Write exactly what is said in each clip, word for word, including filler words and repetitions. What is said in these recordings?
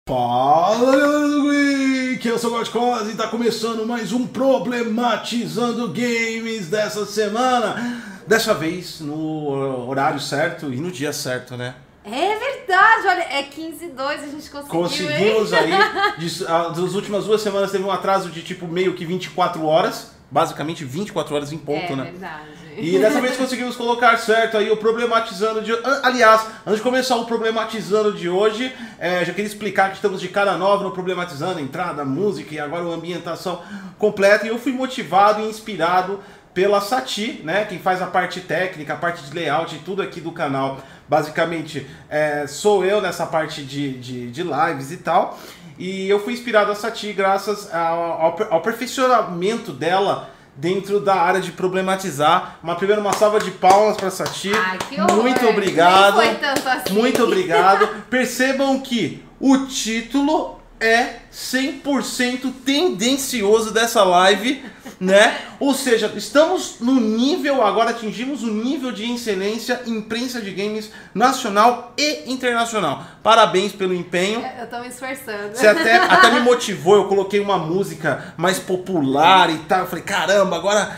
Fala galera do Geek, eu sou o Godcos e tá começando mais um Problematizando Games dessa semana. Dessa vez no horário certo e no dia certo, né? É verdade, olha, é quinze e dois, a gente conseguiu, Conseguimos hein? aí, de, a, das últimas duas semanas teve um atraso de tipo meio que vinte e quatro horas, basicamente vinte e quatro horas em ponto, é, né? É verdade. E dessa vez conseguimos colocar certo aí o Problematizando de... Aliás, antes de começar o Problematizando de hoje, é, já queria explicar que estamos de cara nova no Problematizando, entrada, música e agora uma ambientação completa. E eu fui motivado e inspirado pela Sati, né? Quem faz a parte técnica, a parte de layout e tudo aqui do canal. Basicamente, é, sou eu nessa parte de, de, de lives e tal. E eu fui inspirado a Sati graças ao, ao, ao aperfeiçoamento dela dentro da área de problematizar. Uma primeira uma salva de palmas para Sati. Ai, que horror. Muito obrigado. Nem foi tanto assim. Muito obrigado. Percebam que o título é cem por cento tendencioso dessa live, né? Ou seja, estamos no nível, agora atingimos o nível de excelência em imprensa de games nacional e internacional. Parabéns pelo empenho. Eu tô me esforçando. Você até, até me motivou, eu coloquei uma música mais popular e tal. Eu falei, caramba, agora...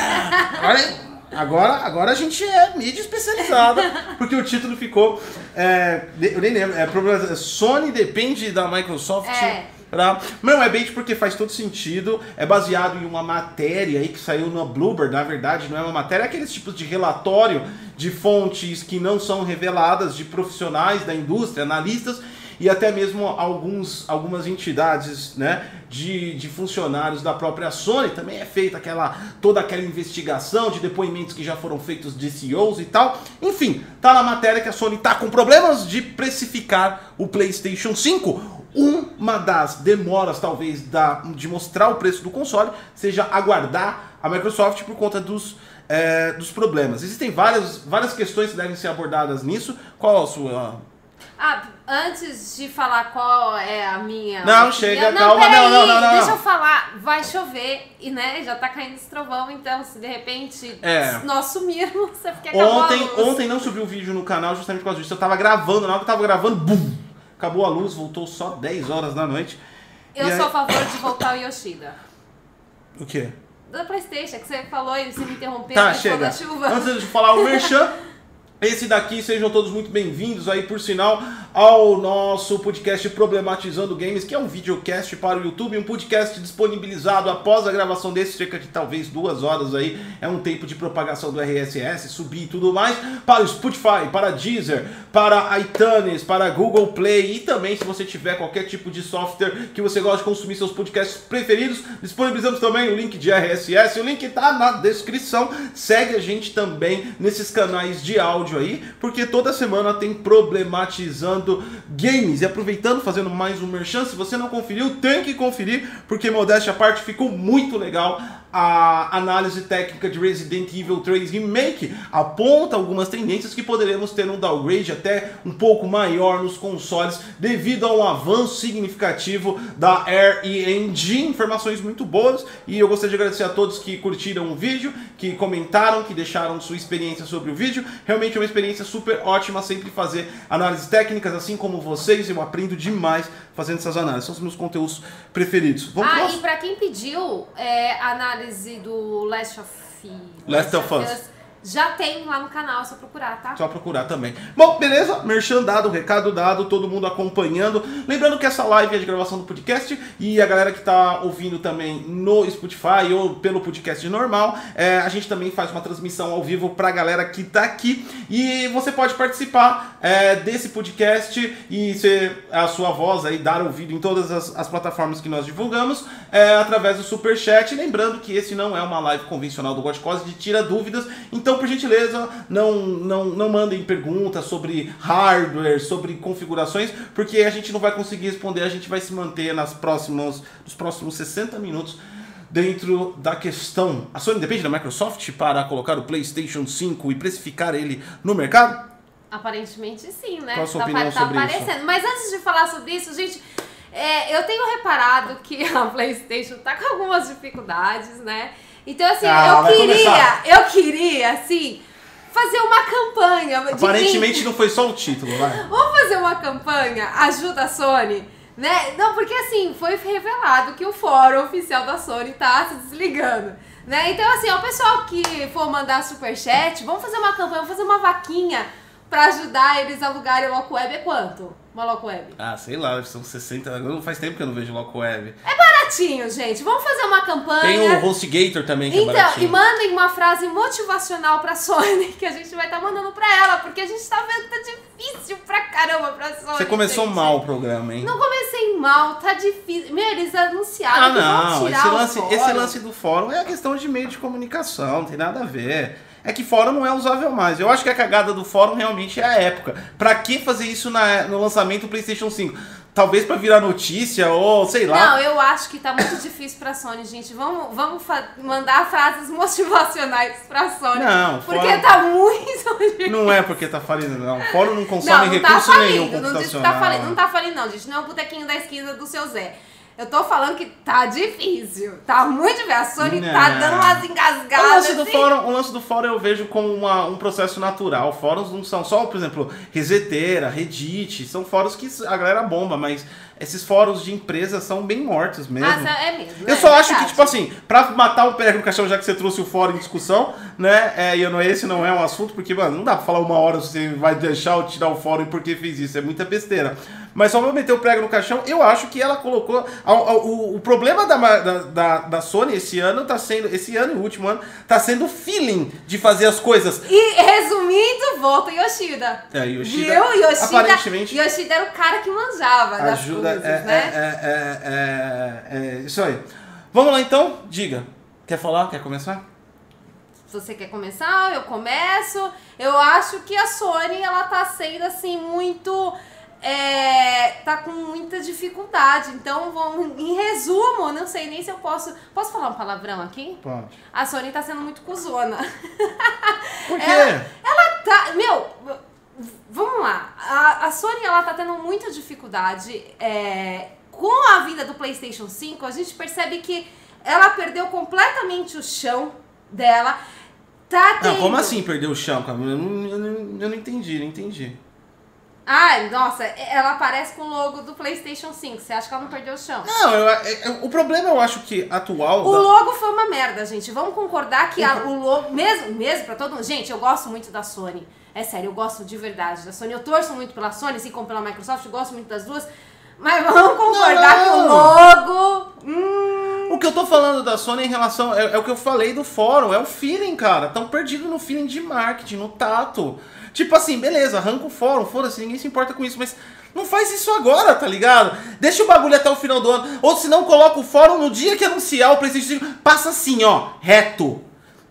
Agora... Agora, agora a gente é mídia especializada, porque o título ficou, é, eu nem lembro, é, Sony depende da Microsoft é. pra... Não, é bait porque faz todo sentido, é baseado em uma matéria aí que saiu no Bloomberg, na verdade não é uma matéria, é aqueles tipos de relatório de fontes que não são reveladas, de profissionais da indústria, analistas, e até mesmo alguns, algumas entidades, né, de, de funcionários da própria Sony. Também é feita aquela, toda aquela investigação de depoimentos que já foram feitos de C E Os e tal. Enfim, tá na matéria que a Sony tá com problemas de precificar o PlayStation cinco. Uma das demoras, talvez, da, de mostrar o preço do console seja aguardar a Microsoft por conta dos, é, dos problemas. Existem várias, várias questões que devem ser abordadas nisso. Qual a sua... Ah, antes de falar qual é a minha... Não, opinião, chega, não, calma, peraí, não, não, não, não. Deixa eu falar, vai chover e, né, já tá caindo esse trovão, então se de repente é. nós sumirmos, você fica acabou ontem, a luz. Ontem não subiu o vídeo no canal justamente por causa disso. Eu tava gravando, na hora que eu tava gravando, bum! Acabou a luz, voltou só dez horas da noite. Eu e sou aí... a favor de voltar o Yoshida. O quê? Da PlayStation, que você falou e você me interrompeu. Tá, né, chega. da chuva. Antes de falar o merchan, esse daqui, sejam todos muito bem-vindos aí, por sinal, ao nosso podcast Problematizando Games, que é um videocast para o YouTube, um podcast disponibilizado após a gravação desse, cerca de talvez duas horas aí, é um tempo de propagação do R S S, subir e tudo mais, para o Spotify, para a Deezer, para a iTunes, para a Google Play, e também se você tiver qualquer tipo de software que você gosta de consumir seus podcasts preferidos, disponibilizamos também o link de R S S, o link está na descrição, segue a gente também nesses canais de áudio aí, porque toda semana tem Problematizando Games. E aproveitando, fazendo mais um merchan, se você não conferiu, tem que conferir, porque modéstia à parte, ficou muito legal. A análise técnica de Resident Evil três Remake aponta algumas tendências que poderemos ter um downgrade até um pouco maior nos consoles devido a um avanço significativo da R E Engine. Informações muito boas, e eu gostaria de agradecer a todos que curtiram o vídeo, que comentaram, que deixaram sua experiência sobre o vídeo. Realmente é uma experiência super ótima sempre fazer análises técnicas, assim como vocês. Eu aprendo demais fazendo essas análises, são os meus conteúdos preferidos. Vamos ah, pro... e pra quem pediu é, análise do Last of Us, Last of Us. Já tem lá no canal, é só procurar, tá? Só procurar também. Bom, beleza? Merchan dado, recado dado, todo mundo acompanhando. Lembrando que essa live é de gravação do podcast e a galera que tá ouvindo também no Spotify ou pelo podcast normal, é, a gente também faz uma transmissão ao vivo pra galera que tá aqui. E você pode participar é, desse podcast e ser a sua voz aí, dar ouvido em todas as, as plataformas que nós divulgamos, é, através do Superchat. Lembrando que esse não é uma live convencional do Godcos de tira dúvidas, então Então, por gentileza, não, não, não mandem perguntas sobre hardware, sobre configurações, porque a gente não vai conseguir responder, a gente vai se manter nas próximos, nos próximos sessenta minutos dentro da questão. A Sony depende da Microsoft para colocar o PlayStation cinco e precificar ele no mercado? Aparentemente sim, né? Qual a sua tá, opinião tá sobre aparecendo. Isso? Mas antes de falar sobre isso, gente, é, eu tenho reparado que a PlayStation tá com algumas dificuldades, né? Então, assim, ah, eu queria, eu queria, assim, fazer uma campanha. Aparentemente de... não foi só o título, vai. Vamos fazer uma campanha, ajuda a Sony, Né? Não, porque assim, foi revelado que o fórum oficial da Sony tá se desligando. Né? Então, assim, o pessoal que for mandar superchat, vamos fazer uma campanha, vamos fazer uma vaquinha pra ajudar eles a alugarem o Loco Web. É quanto? Uma Loco Web? Ah, sei lá, são sessenta. Faz tempo que eu não vejo Loco Web. É baratinho, gente. Vamos fazer uma campanha. Tem o HostGator também, que então, é baratinho. E mandem uma frase motivacional pra Sony, que a gente vai estar tá mandando pra ela, porque a gente tá vendo que tá difícil pra caramba pra Sony. Você começou gente. mal o programa, hein? Não comecei mal, tá difícil. Meu, eles anunciaram Ah, que vão não. tirar Esse o lance, fórum. esse lance do fórum é a questão de meio de comunicação, não tem nada a ver. É que fórum não é usável mais. Eu acho que a cagada do fórum realmente é a época. Pra que fazer isso na, no lançamento do PlayStation cinco? Talvez pra virar notícia ou sei lá. Não, eu acho que tá muito difícil pra Sony, gente. Vamos, vamos mandar frases motivacionais pra Sony. Não, porque fórum... tá muito difícil. Não é porque tá falindo, não. O fórum não consome não, não recurso tá nenhum falindo, não diz que computacional. tá falindo, não tá falindo não, gente. Não é o botequinho da esquina do seu Zé. Eu tô falando que tá difícil. Tá muito difícil. A Sony não. tá dando umas engasgadas. O lance, do assim. fórum, o lance do fórum eu vejo como uma, um processo natural. Fóruns não são só, por exemplo, Reseteira, Reddit. São fóruns que a galera bomba, mas esses fóruns de empresas são bem mortos mesmo. Ah, é mesmo. Eu é, só é acho verdade. que, tipo assim, pra matar o pé no caixão, já que você trouxe o fórum em discussão, né? É, e eu não, esse não é um assunto, porque, mano, não dá pra falar uma hora se você vai deixar ou tirar o fórum e por que fez isso. É muita besteira. Mas só pra meter o prego no caixão, eu acho que ela colocou. O, o, o problema da, da, da Sony esse ano tá sendo. Esse ano e o último ano, tá sendo o feeling de fazer as coisas. E resumindo, volta Yoshida. É, Yoshida. Viu? Yoshida, aparentemente. Yoshida era o cara que manjava das Ajuda, coisas, é, né? É, é, é, é, é isso aí. Vamos lá então, diga. Quer falar? Quer começar? Se você quer começar, eu começo. Eu acho que a Sony, ela tá sendo assim, muito... É, tá com muita dificuldade. Então, vamos, em resumo, não sei nem se eu posso... Posso falar um palavrão aqui? Pode. A Sony tá sendo muito cuzona. Por quê? Ela, ela tá... Meu, vamos lá. A, a Sony, ela tá tendo muita dificuldade. É, com a vinda do PlayStation cinco, a gente percebe que ela perdeu completamente o chão dela. Tá tendo... Não, como assim perdeu o chão, cara? Eu não, eu não, eu não entendi, não entendi. Ai, nossa, ela aparece com o logo do PlayStation cinco. Você acha que ela não perdeu o chão? Não, eu, eu, o problema eu acho que atual... O da... logo foi uma merda, gente. Vamos concordar que a, o logo... Mesmo, mesmo pra todo mundo... Gente, eu gosto muito da Sony. É sério, eu gosto de verdade da Sony. Eu torço muito pela Sony, assim como pela Microsoft. Eu gosto muito das duas. Mas vamos concordar não, que o logo... Hum... O que eu tô falando da Sony em relação... É, é o que eu falei do fórum. É o feeling, cara. Tão perdido no feeling de marketing, no tato. Tipo assim, beleza, arranca o fórum, foda-se, ninguém se importa com isso, mas não faz isso agora, tá ligado? Deixa o bagulho até o final do ano. Ou se não, coloca o fórum no dia que anunciar o PlayStation cinco. Passa assim, ó, reto.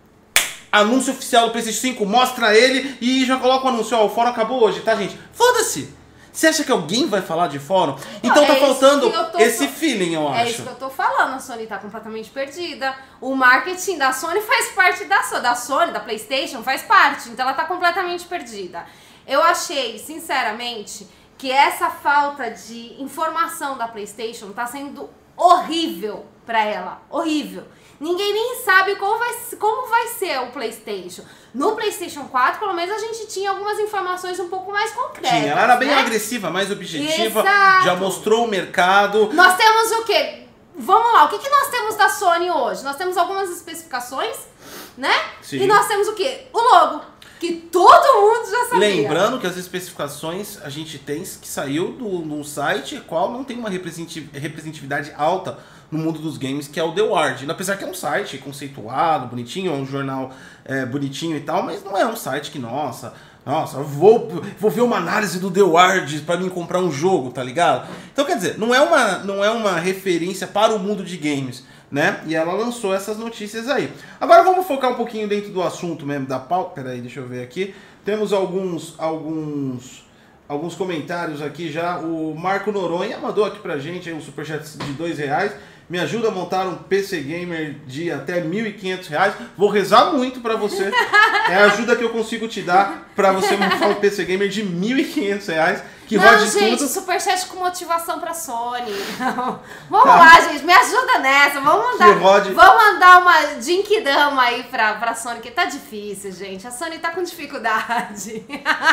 Anúncio oficial do PlayStation cinco, mostra ele e já coloca o anúncio. Ó, o fórum acabou hoje, tá, gente? Foda-se. Você acha que alguém vai falar de fórum? Então é tá faltando tô... esse feeling, eu acho. É isso que eu tô falando, a Sony tá completamente perdida. O marketing da Sony faz parte da Sony, da Sony, da PlayStation, faz parte. Então ela tá completamente perdida. Eu achei, sinceramente, que essa falta de informação da PlayStation tá sendo horrível pra ela. Horrível. Ninguém nem sabe como vai, como vai ser o PlayStation. No PlayStation quatro, pelo menos, a gente tinha algumas informações um pouco mais concretas. Tinha, ela era bem né? agressiva, mais objetiva, Exato. já mostrou o mercado. Nós temos o quê? Vamos lá, o que, que nós temos da Sony hoje? Nós temos algumas especificações, né? Sim. E nós temos o quê? O logo, que todo mundo já sabia. Lembrando que as especificações a gente tem que saiu do, do site, qual não tem uma representatividade alta no mundo dos games, que é o The Ward. Apesar que é um site conceituado, bonitinho, é um jornal é, bonitinho e tal, mas não é um site que, nossa, nossa, eu vou, vou ver uma análise do The Ward pra mim comprar um jogo, tá ligado? Então, quer dizer, não é uma, não é uma referência para o mundo de games, né? E ela lançou essas notícias aí. Agora vamos focar um pouquinho dentro do assunto mesmo da pauta. Peraí, deixa eu ver aqui. Temos alguns, alguns, alguns comentários aqui já. O Marco Noronha mandou aqui pra gente aí um superchat de dois reais. Me ajuda a montar um P C Gamer de até mil e quinhentos reais. Vou rezar muito pra você. É a ajuda que eu consigo te dar pra você montar um P C Gamer de mil e quinhentos reais. que não, rode gente, tudo. superchat com motivação pra Sony. Vamos tá. lá, gente, me ajuda nessa. Vamos mandar, rode... vamos mandar uma Jinkidama aí pra, pra Sony, que tá difícil, gente. A Sony tá com dificuldade.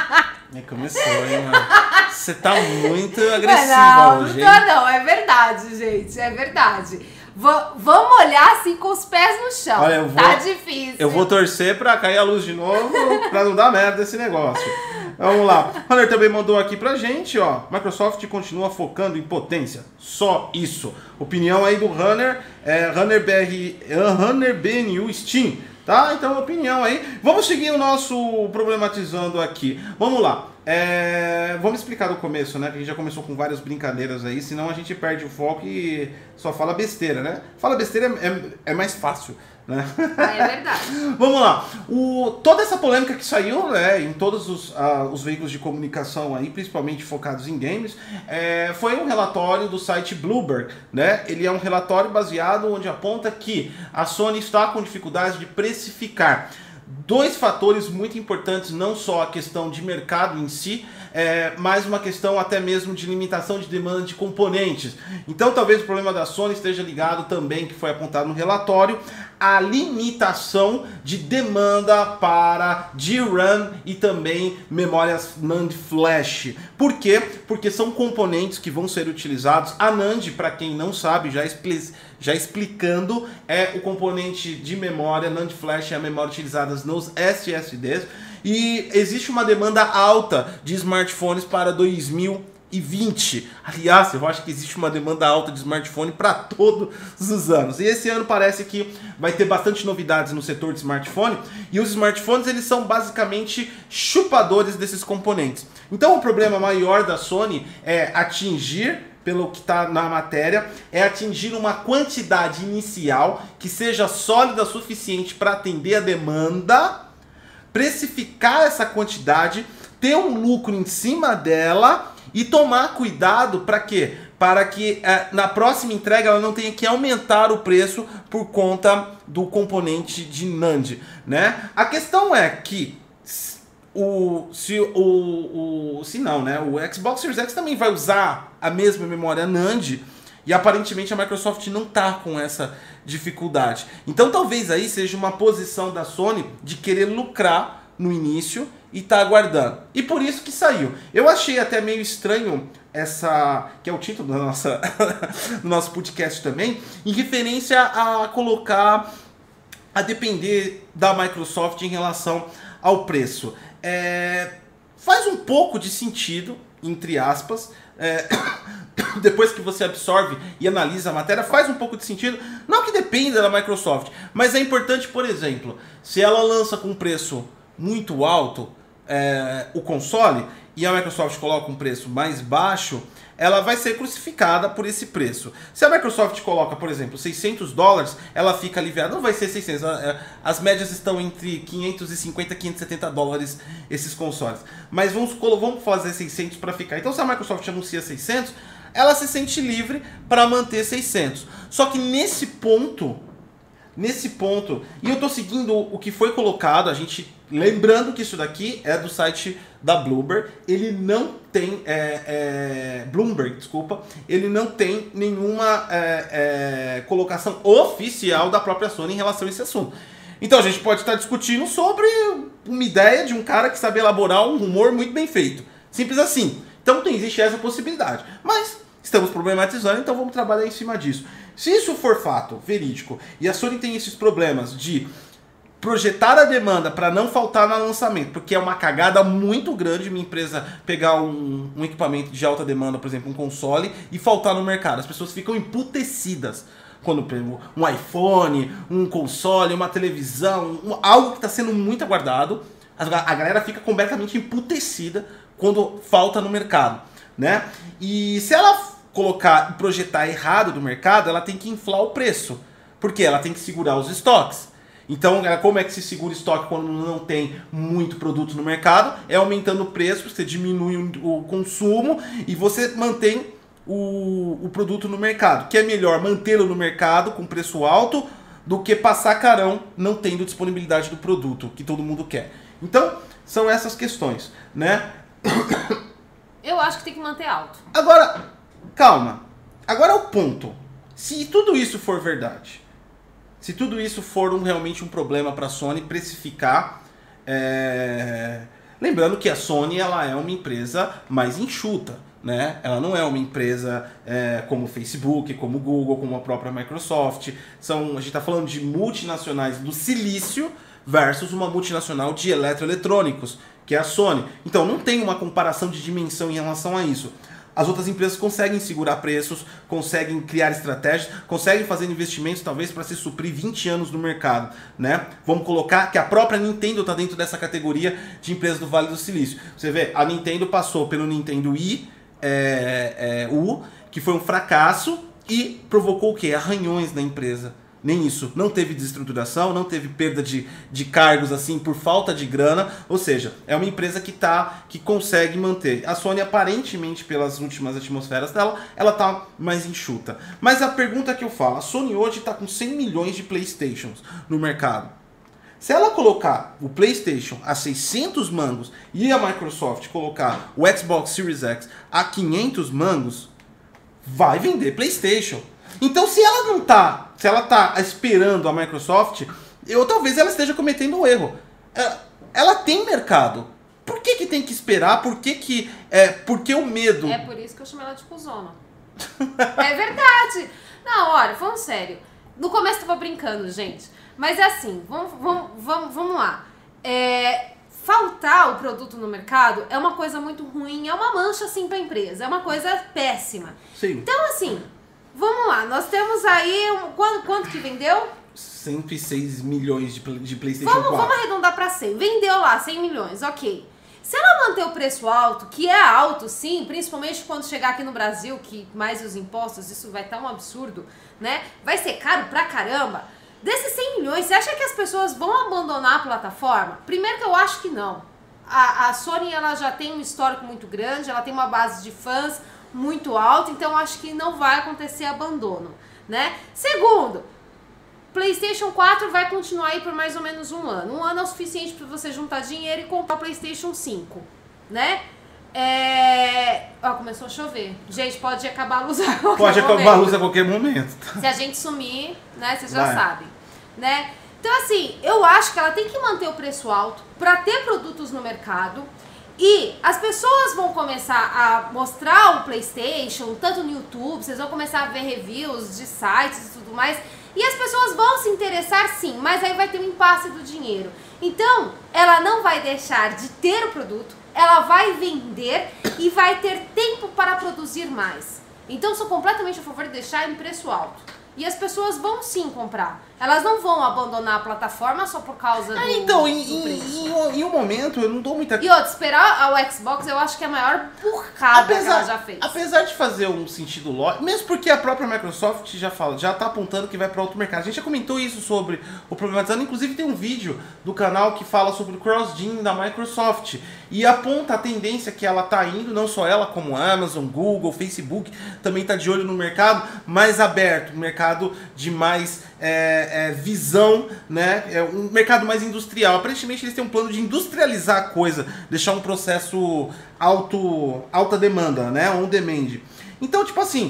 É, começou, hein, mano? Você tá muito agressiva não, hoje, não, não, é verdade, gente, é verdade. V vamos olhar assim com os pés no chão. Olha, eu vou, tá difícil. Eu vou torcer pra cair a luz de novo, pra não dar merda esse negócio. Vamos lá. O Runner também mandou aqui pra gente, ó. Microsoft continua focando em potência. Só isso. Opinião aí do Runner, é, Runner B R, Runner B N U Steam. Tá? Então, opinião aí. Vamos seguir o nosso problematizando aqui. Vamos lá. É, vamos explicar do começo, né? Que a gente já começou com várias brincadeiras aí, senão a gente perde o foco e só fala besteira, né? Fala besteira é, é mais fácil, né? Ah, é verdade. Vamos lá. O, toda essa polêmica que saiu, né, em todos os, uh, os veículos de comunicação aí, principalmente focados em games, é, foi um relatório do site Bloomberg, né? Ele é um relatório baseado onde aponta que a Sony está com dificuldade de precificar. Dois fatores muito importantes, não só a questão de mercado em si, é, mas uma questão até mesmo de limitação de demanda de componentes. Então talvez o problema da Sony esteja ligado também, que foi apontado no relatório, a limitação de demanda para D RAM e também memórias NAND Flash. Por quê? Porque são componentes que vão ser utilizados. A NAND, para quem não sabe, já explica. Já explicando, é o componente de memória, NAND Flash é a memória utilizada nos S S Ds, e existe uma demanda alta de smartphones para dois mil e vinte. Aliás, eu acho que existe uma demanda alta de smartphone para todos os anos. E esse ano parece que vai ter bastante novidades no setor de smartphone, e os smartphones eles são basicamente chupadores desses componentes. Então o problema maior da Sony é atingir, pelo que está na matéria, é atingir uma quantidade inicial que seja sólida o suficiente para atender a demanda, precificar essa quantidade, ter um lucro em cima dela e tomar cuidado para quê? Para que eh, na próxima entrega ela não tenha que aumentar o preço por conta do componente de NAND, né? A questão é que O, se, o, o, se não, né? O Xbox Series X também vai usar a mesma memória NAND e aparentemente a Microsoft não está com essa dificuldade. Então talvez aí seja uma posição da Sony de querer lucrar no início e tá aguardando. E por isso que saiu. Eu achei até meio estranho essa, que é o título da nossa, do nosso podcast também, em referência a colocar, a depender da Microsoft em relação ao preço. É, faz um pouco de sentido, entre aspas, é, depois que você absorve e analisa a matéria, faz um pouco de sentido, não que dependa da Microsoft, mas é importante, por exemplo, se ela lança com um preço muito alto é, o console e a Microsoft coloca um preço mais baixo, ela vai ser crucificada por esse preço. Se a Microsoft coloca, por exemplo, seiscentos dólares, ela fica aliviada. Não vai ser seiscentos, as médias estão entre quinhentos e cinquenta e quinhentos e setenta dólares esses consoles. Mas vamos, vamos fazer seiscentos para ficar. Então se a Microsoft anuncia seiscentos, ela se sente livre para manter seiscentos. Só que nesse ponto, nesse ponto, e eu estou seguindo o que foi colocado, a gente, lembrando que isso daqui é do site da Bloomberg, ele não tem, é, é, Bloomberg, desculpa, ele não tem nenhuma é, é, colocação oficial da própria Sony em relação a esse assunto. Então a gente pode estar discutindo sobre uma ideia de um cara que sabe elaborar um rumor muito bem feito. Simples assim. Então tem, existe essa possibilidade. Mas estamos problematizando, então vamos trabalhar em cima disso. Se isso for fato, verídico, e a Sony tem esses problemas de projetar a demanda para não faltar no lançamento, porque é uma cagada muito grande minha empresa pegar um, um equipamento de alta demanda, por exemplo, um console, e faltar no mercado. As pessoas ficam emputecidas quando um iPhone, um console, uma televisão, um, algo que está sendo muito aguardado, a, a galera fica completamente emputecida quando falta no mercado, né? E se ela colocar e projetar errado do mercado, ela tem que inflar o preço, porque ela tem que segurar os estoques. Então, como é que se segura estoque quando não tem muito produto no mercado? É aumentando o preço, você diminui o consumo e você mantém o, o produto no mercado. Que é melhor mantê-lo no mercado com preço alto do que passar carão não tendo disponibilidade do produto que todo mundo quer. Então, são essas questões, né? Eu acho que tem que manter alto. Agora, calma. Agora é o ponto. Se tudo isso for verdade, se tudo isso for um, realmente um problema para a Sony precificar, é... lembrando que a Sony ela é uma empresa mais enxuta, né? Ela não é uma empresa é, como o Facebook, como o Google, como a própria Microsoft. São, a gente está falando de multinacionais do silício versus uma multinacional de eletroeletrônicos, que é a Sony. Então não tem uma comparação de dimensão em relação a isso. As outras empresas conseguem segurar preços, conseguem criar estratégias, conseguem fazer investimentos talvez para se suprir vinte anos no mercado, né? Vamos colocar que a própria Nintendo está dentro dessa categoria de empresas do Vale do Silício. Você vê, a Nintendo passou pelo Nintendo Wii é, é, U, que foi um fracasso e provocou o quê? Arranhões na empresa. Nem isso. Não teve desestruturação, não teve perda de, de cargos assim por falta de grana. Ou seja, é uma empresa que, tá, que consegue manter. A Sony, aparentemente, pelas últimas atmosferas dela, ela tá mais enxuta. Mas a pergunta que eu falo, a Sony hoje está com cem milhões de PlayStations no mercado. Se ela colocar o PlayStation a seiscentos mangos e a Microsoft colocar o Xbox Series X a quinhentos mangos, vai vender PlayStation. Então, se ela não tá, se ela tá esperando a Microsoft, eu talvez ela esteja cometendo um erro. Ela, ela tem mercado. Por que que tem que esperar? Por que que é, por que o medo? É por isso que eu chamo ela de cuzona. É verdade. Não, olha, falando sério. No começo eu tava brincando, gente. Mas é assim, vamos, vamos, vamos, vamos lá. É, faltar o produto no mercado é uma coisa muito ruim, é uma mancha assim pra empresa, é uma coisa péssima. Sim. Então, assim, vamos lá, nós temos aí, um, quanto, quanto que vendeu? cento e seis milhões de, de PlayStation vamos, quatro. Vamos arredondar pra cem. Vendeu lá cem milhões, ok. Se ela manter o preço alto, que é alto sim, principalmente quando chegar aqui no Brasil, que mais os impostos, isso vai estar um absurdo, né? Vai ser caro pra caramba. Desses cem milhões, você acha que as pessoas vão abandonar a plataforma? Primeiro que eu acho que não. A, a Sony ela já tem um histórico muito grande, ela tem uma base de fãs muito alta, então acho que não vai acontecer abandono, né? Segundo, PlayStation quatro vai continuar aí por mais ou menos um ano. Um ano é o suficiente para você juntar dinheiro e comprar o PlayStation cinco, né? É... Ó, começou a chover. Gente, pode acabar a luz a qualquer Pode momento. acabar a luz a qualquer momento. Se a gente sumir, né, vocês já Vai. sabem, né? Então, assim, eu acho que ela tem que manter o preço alto para ter produtos no mercado. E as pessoas vão começar a mostrar o PlayStation, tanto no YouTube, vocês vão começar a ver reviews de sites e tudo mais. E as pessoas vão se interessar sim, mas aí vai ter um impasse do dinheiro. Então, ela não vai deixar de ter o produto, ela vai vender e vai ter tempo para produzir mais. Então, sou completamente a favor de deixar em preço alto. E as pessoas vão sim comprar. Elas não vão abandonar a plataforma só por causa do, Ah, então, do em, preço. em, em, em um momento, eu não dou muita... E outra, esperar ao Xbox, eu acho que é a maior burrada que ela já fez. Apesar de fazer um sentido lógico, mesmo porque a própria Microsoft já fala, já tá apontando que vai para outro mercado. A gente já comentou isso sobre o Problematizando, inclusive tem um vídeo do canal que fala sobre o cross-gen da Microsoft e aponta a tendência que ela tá indo, não só ela, como Amazon, Google, Facebook, também tá de olho no mercado mais aberto, um mercado de mais é, é, visão, né? É um mercado mais industrial. Aparentemente eles têm um plano de industrializar a coisa, deixar um processo alto, alta demanda, né? On demand. Então, tipo assim,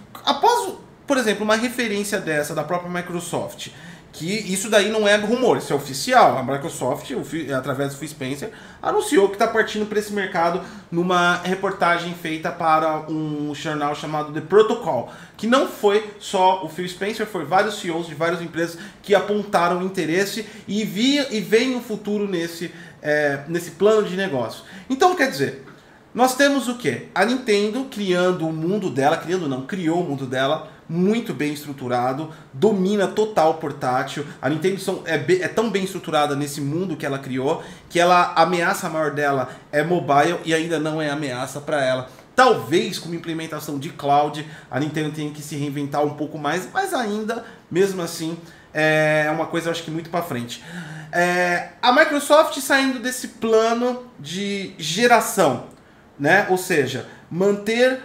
após, por exemplo, uma referência dessa da própria Microsoft, que isso daí não é rumor, isso é oficial. A Microsoft, através do Phil Spencer, anunciou que está partindo para esse mercado numa reportagem feita para um jornal chamado The Protocol, que não foi só o Phil Spencer, foi vários C E Os de várias empresas que apontaram interesse e, via, e veem um futuro nesse, é, nesse plano de negócio. Então, quer dizer, nós temos o quê? A Nintendo criando o mundo dela, criando não, criou o mundo dela, muito bem estruturado, domina total portátil. A Nintendo são, é, be, é tão bem estruturada nesse mundo que ela criou, que ela, a ameaça maior dela é mobile e ainda não é ameaça para ela. Talvez com uma implementação de cloud, a Nintendo tenha que se reinventar um pouco mais, mas ainda, mesmo assim, é uma coisa eu acho que muito para frente. É, a Microsoft saindo desse plano de geração, né? Ou seja, manter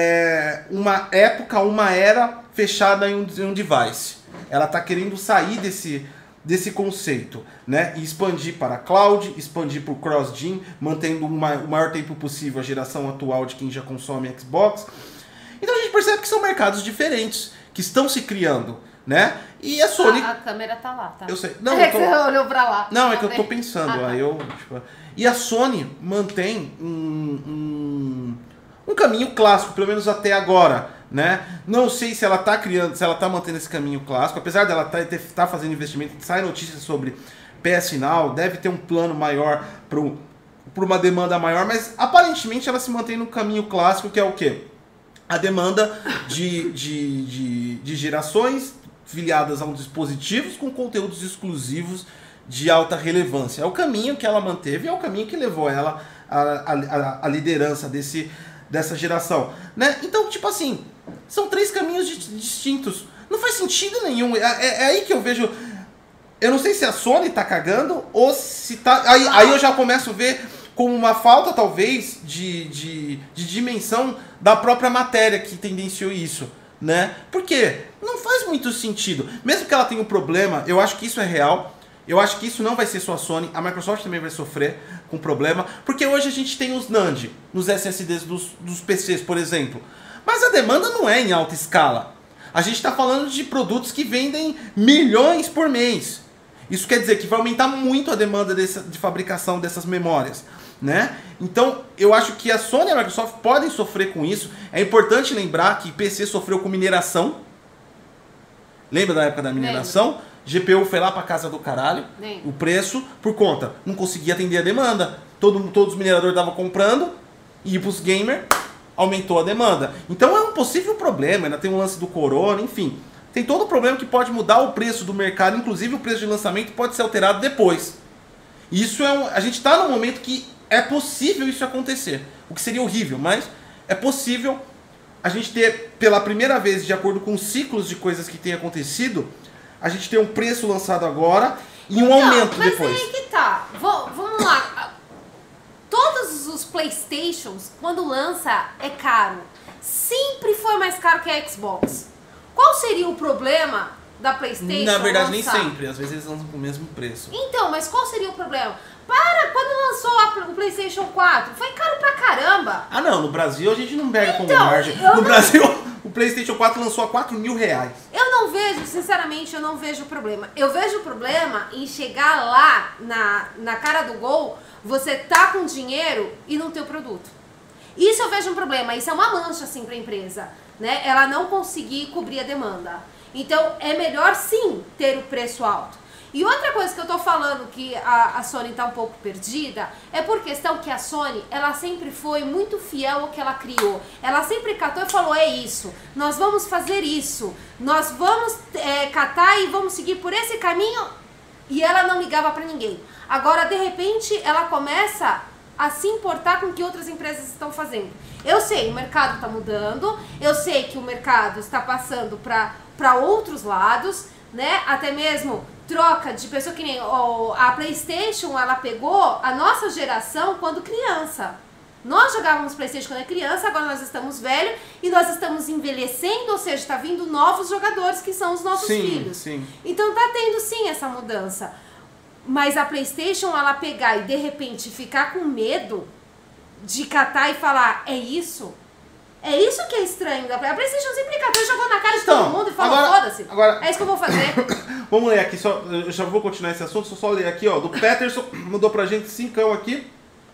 é, uma época, uma era fechada em um, em um device. Ela está querendo sair desse, desse conceito, né? E expandir para cloud, expandir para o cross-gen, mantendo uma, o maior tempo possível a geração atual de quem já consome Xbox. Então a gente percebe que são mercados diferentes, que estão se criando, né? E a Sony... A, a câmera tá lá, tá? Eu sei. Não, é eu tô... que você olhou pra lá. Não, é tá que eu tô pensando. Ah, tá. Aí eu, tipo... E a Sony mantém um, um, um caminho clássico, pelo menos até agora, né? Não sei se ela tá criando, se ela tá mantendo esse caminho clássico, apesar dela tá, tá fazendo investimento, sai notícias sobre P S Now, deve ter um plano maior para uma demanda maior, mas aparentemente ela se mantém no caminho clássico, que é o quê? A demanda de, de, de, de gerações filiadas a um dispositivos com conteúdos exclusivos de alta relevância. É o caminho que ela manteve, é o caminho que levou ela à, à, à liderança desse, dessa geração, né? Então, tipo assim, são três caminhos distintos. Não faz sentido nenhum. É, é, é aí que eu vejo... Eu não sei se a Sony tá cagando ou se tá... Aí, aí eu já começo a ver como uma falta, talvez, de, de, de dimensão da própria matéria que tendenciou isso, né? Por quê? Não faz muito sentido. Mesmo que ela tenha um problema, eu acho que isso é real. Eu acho que isso não vai ser só a Sony. A Microsoft também vai sofrer com problema. Porque hoje a gente tem os NAND nos S S Ds dos, dos P Cs, por exemplo. Mas a demanda não é em alta escala. A gente está falando de produtos que vendem milhões por mês. Isso quer dizer que vai aumentar muito a demanda desse, de fabricação dessas memórias, né? Então, eu acho que a Sony e a Microsoft podem sofrer com isso. É importante lembrar que P C sofreu com mineração. Lembra da época da mineração? Lembra. G P U foi lá pra casa do caralho. Lembra. O preço, por conta, não conseguia atender a demanda. Todo, todos os mineradores estavam comprando. E pros gamers, aumentou a demanda. Então é um possível problema. Ainda tem um lance do corona, enfim. Tem todo o problema que pode mudar o preço do mercado. Inclusive o preço de lançamento pode ser alterado depois. Isso é um, a gente está num momento que é possível isso acontecer. O que seria horrível, mas é possível a gente ter, pela primeira vez, de acordo com os ciclos de coisas que têm acontecido, a gente ter um preço lançado agora e um então, aumento mas depois. Mas aí que tá. V- vamos lá. Todos os Playstations, quando lança, é caro. Sempre foi mais caro que a Xbox. Qual seria o problema da PlayStation Na verdade, lançar? nem sempre. Às vezes eles lançam com o mesmo preço. Então, mas qual seria o problema? Para, quando lançou a, o PlayStation quatro, foi caro pra caramba. Ah não, no Brasil a gente não pega Então, como margem. eu No não- Brasil, o PlayStation quatro lançou a quatro mil reais. Eu não vejo, sinceramente, eu não vejo problema. Eu vejo o problema em chegar lá na, na cara do gol, você tá com dinheiro e não ter o produto. Isso eu vejo um problema, isso é uma mancha assim pra empresa, né? Ela não conseguir cobrir a demanda. Então é melhor sim ter o preço alto. E outra coisa que eu tô falando que a, a Sony tá um pouco perdida é por questão que a Sony, ela sempre foi muito fiel ao que ela criou. Ela sempre catou e falou, é isso, nós vamos fazer isso, nós vamos é, catar e vamos seguir por esse caminho. E ela não ligava pra ninguém. Agora, de repente, ela começa a se importar com o que outras empresas estão fazendo. Eu sei, o mercado está mudando, eu sei que o mercado está passando para outros lados, né? Até mesmo troca de pessoa que nem oh, a PlayStation, ela pegou a nossa geração quando criança. Nós jogávamos PlayStation quando era criança, agora nós estamos velhos e nós estamos envelhecendo, ou seja, está vindo novos jogadores que são os nossos sim, filhos. Sim. Então tá tendo sim essa mudança. Mas a PlayStation, ela pegar e de repente ficar com medo de catar e falar, é isso? É isso que é estranho. A PlayStation sempre catou e jogou na cara de Então, todo mundo e falou, agora- foda-se. agora- É isso que eu vou fazer. Vamos ler aqui, só, eu já vou continuar esse assunto, só, só ler aqui, ó. Do Peterson, mandou pra gente cincão aqui.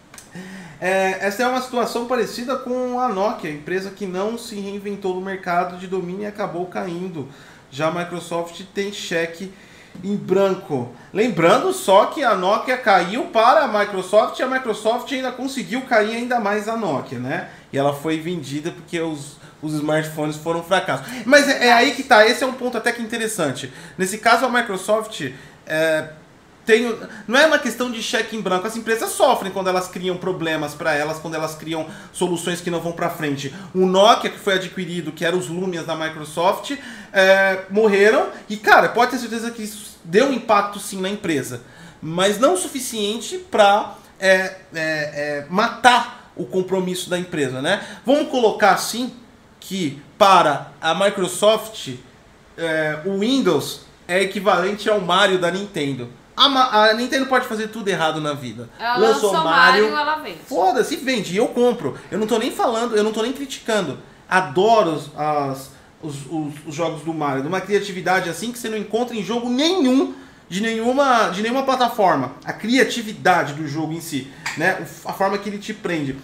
É, essa é uma situação parecida com a Nokia, empresa que não se reinventou no mercado de domínio e acabou caindo. Já a Microsoft tem cheque em branco. Lembrando só que a Nokia caiu para a Microsoft e a Microsoft ainda conseguiu cair ainda mais a Nokia, né? E ela foi vendida porque os, os smartphones foram um fracasso. Mas é, é aí que tá, esse é um ponto até que interessante. Nesse caso a Microsoft é, tem, não é uma questão de cheque em branco, as empresas sofrem quando elas criam problemas para elas, quando elas criam soluções que não vão para frente. O Nokia, que foi adquirido, que era os Lumias da Microsoft, é, morreram e, cara, pode ter certeza que isso deu um impacto sim na empresa, mas não o suficiente para é, é, é, matar o compromisso da empresa, né? Vamos colocar assim que para a Microsoft é, o Windows é equivalente ao Mario da Nintendo. A, Ma- a Nintendo pode fazer tudo errado na vida. Ela lançou Mario, ela vende. Foda-se, vende. E eu compro. Eu não tô nem falando, eu não tô nem criticando. Adoro os, as, os, os, os jogos do Mario. De uma criatividade assim que você não encontra em jogo nenhum, de nenhuma, de nenhuma plataforma. A criatividade do jogo em si, né? A forma que ele te prende.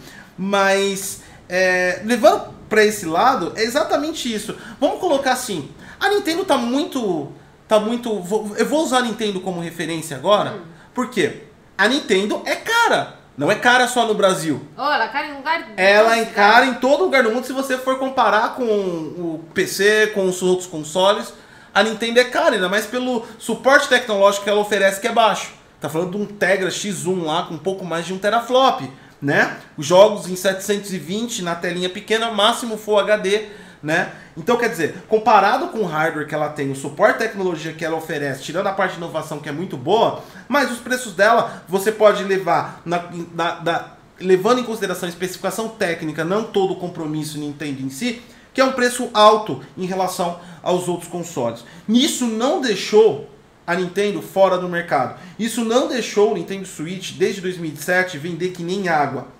Mas, é, levando pra esse lado, é exatamente isso. Vamos colocar assim, a Nintendo tá muito... Tá muito... vou- Eu vou usar a Nintendo como referência agora, Hum. por quê? A Nintendo é cara. Não é cara só no Brasil. Ô, ela cara em lugar... Ela é cara em todo lugar do mundo. Se você for comparar com o P C, com os outros consoles, a Nintendo é cara, ainda mais pelo suporte tecnológico que ela oferece, que é baixo. Tá falando de um Tegra X um lá com um pouco mais de um teraflop, né? Os jogos em setecentos e vinte na telinha pequena, máximo Full H D, né? Então, quer dizer, comparado com o hardware que ela tem, o suporte e tecnologia que ela oferece, tirando a parte de inovação que é muito boa, mas os preços dela você pode levar, na, na, na, levando em consideração a especificação técnica, não todo o compromisso Nintendo em si, que é um preço alto em relação aos outros consoles. Nisso não deixou a Nintendo fora do mercado. Isso não deixou o Nintendo Switch, desde dois mil e sete, vender que nem água.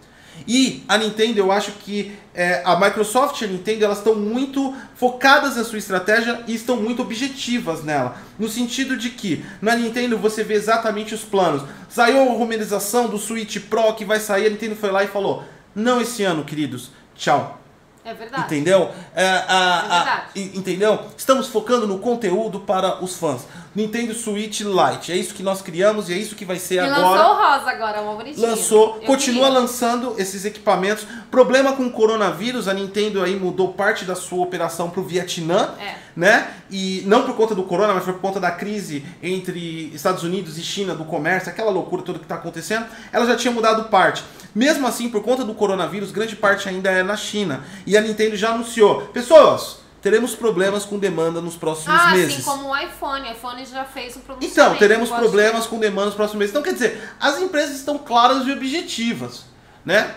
E a Nintendo, eu acho que é, a Microsoft e a Nintendo, elas estão muito focadas na sua estratégia e estão muito objetivas nela. No sentido de que, na Nintendo, você vê exatamente os planos. Saiu a rumorização do Switch Pro que vai sair, a Nintendo foi lá e falou, não esse ano, queridos, tchau. É verdade. Entendeu? É, a, É a, verdade. e- entendeu? Estamos focando no conteúdo para os fãs. Nintendo Switch Lite. É isso que nós criamos e é isso que vai ser E agora. lançou o rosa agora, uma bonitinha. Lançou, Eu continua queria. lançando esses equipamentos. Problema com o coronavírus, a Nintendo aí mudou parte da sua operação para o Vietnã, É. né? E não por conta do corona, mas por conta da crise entre Estados Unidos e China do comércio, aquela loucura toda que está acontecendo. Ela já tinha mudado parte. Mesmo assim, por conta do coronavírus, grande parte ainda é na China. E a Nintendo já anunciou, pessoas, teremos problemas com demanda nos próximos Ah, meses. assim como o iPhone. O iPhone já fez um pronunciamento. Então, teremos eu acho problemas com demanda nos próximos meses. Então, quer dizer, as empresas estão claras e objetivas, né?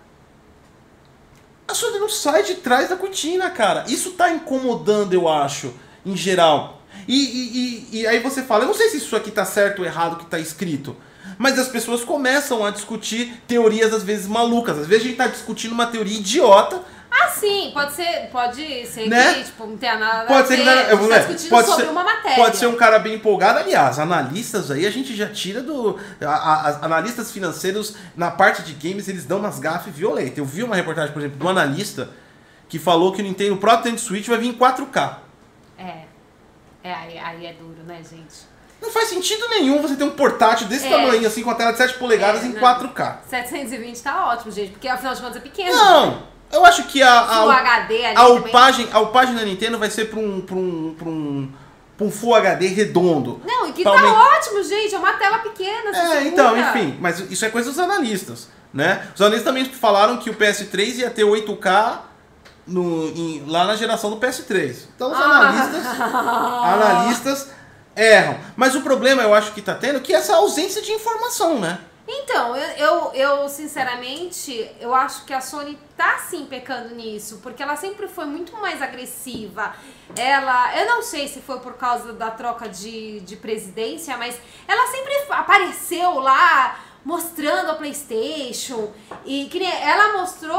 A Sony não sai de trás da cortina, cara. Isso tá incomodando, eu acho, em geral. E, e, e, e aí você fala, eu não sei se isso aqui tá certo ou errado que tá escrito, mas as pessoas começam a discutir teorias, às vezes, malucas. Às vezes a gente tá discutindo uma teoria idiota. Ah, sim, pode ser, pode ser Né? que, tipo, não tenha nada Pode a ser ver. que a gente eu vou tá ver, discutindo pode sobre ser, uma matéria. pode ser um cara bem empolgado. Aliás, analistas aí a gente já tira do. A, a, as analistas financeiros na parte de games eles dão umas gafes violentas. Eu vi uma reportagem, por exemplo, de um analista que falou que o Nintendo, o próprio Nintendo Switch vai vir em quatro K. É. É, aí, aí é duro, né, gente? Não faz sentido nenhum você ter um portátil desse É. tamanho, assim, com a tela de sete polegadas É, em não. quatro K. setecentos e vinte tá ótimo, gente, porque afinal de contas é pequeno. Não! Eu acho que a, a, Full H D ali a, também. upagem, a upagem da Nintendo vai ser para um, pra um, pra um, pra um Full H D redondo. Não, e que Pra tá aumentar- ótimo, gente. É uma tela pequena. se É, segura. então, enfim, mas isso é coisa dos analistas, né? Os analistas também falaram que o P S três ia ter oito K no, em- lá na geração do P S três. Então os analistas, Ah. analistas erram. Mas o problema, eu acho que tá tendo, que é essa ausência de informação, né? Então, eu, eu, eu, sinceramente, eu acho que a Sony tá sim pecando nisso, porque ela sempre foi muito mais agressiva. Ela, eu não sei se foi por causa da troca de, de presidência, mas ela sempre apareceu lá mostrando a PlayStation e que nem ela mostrou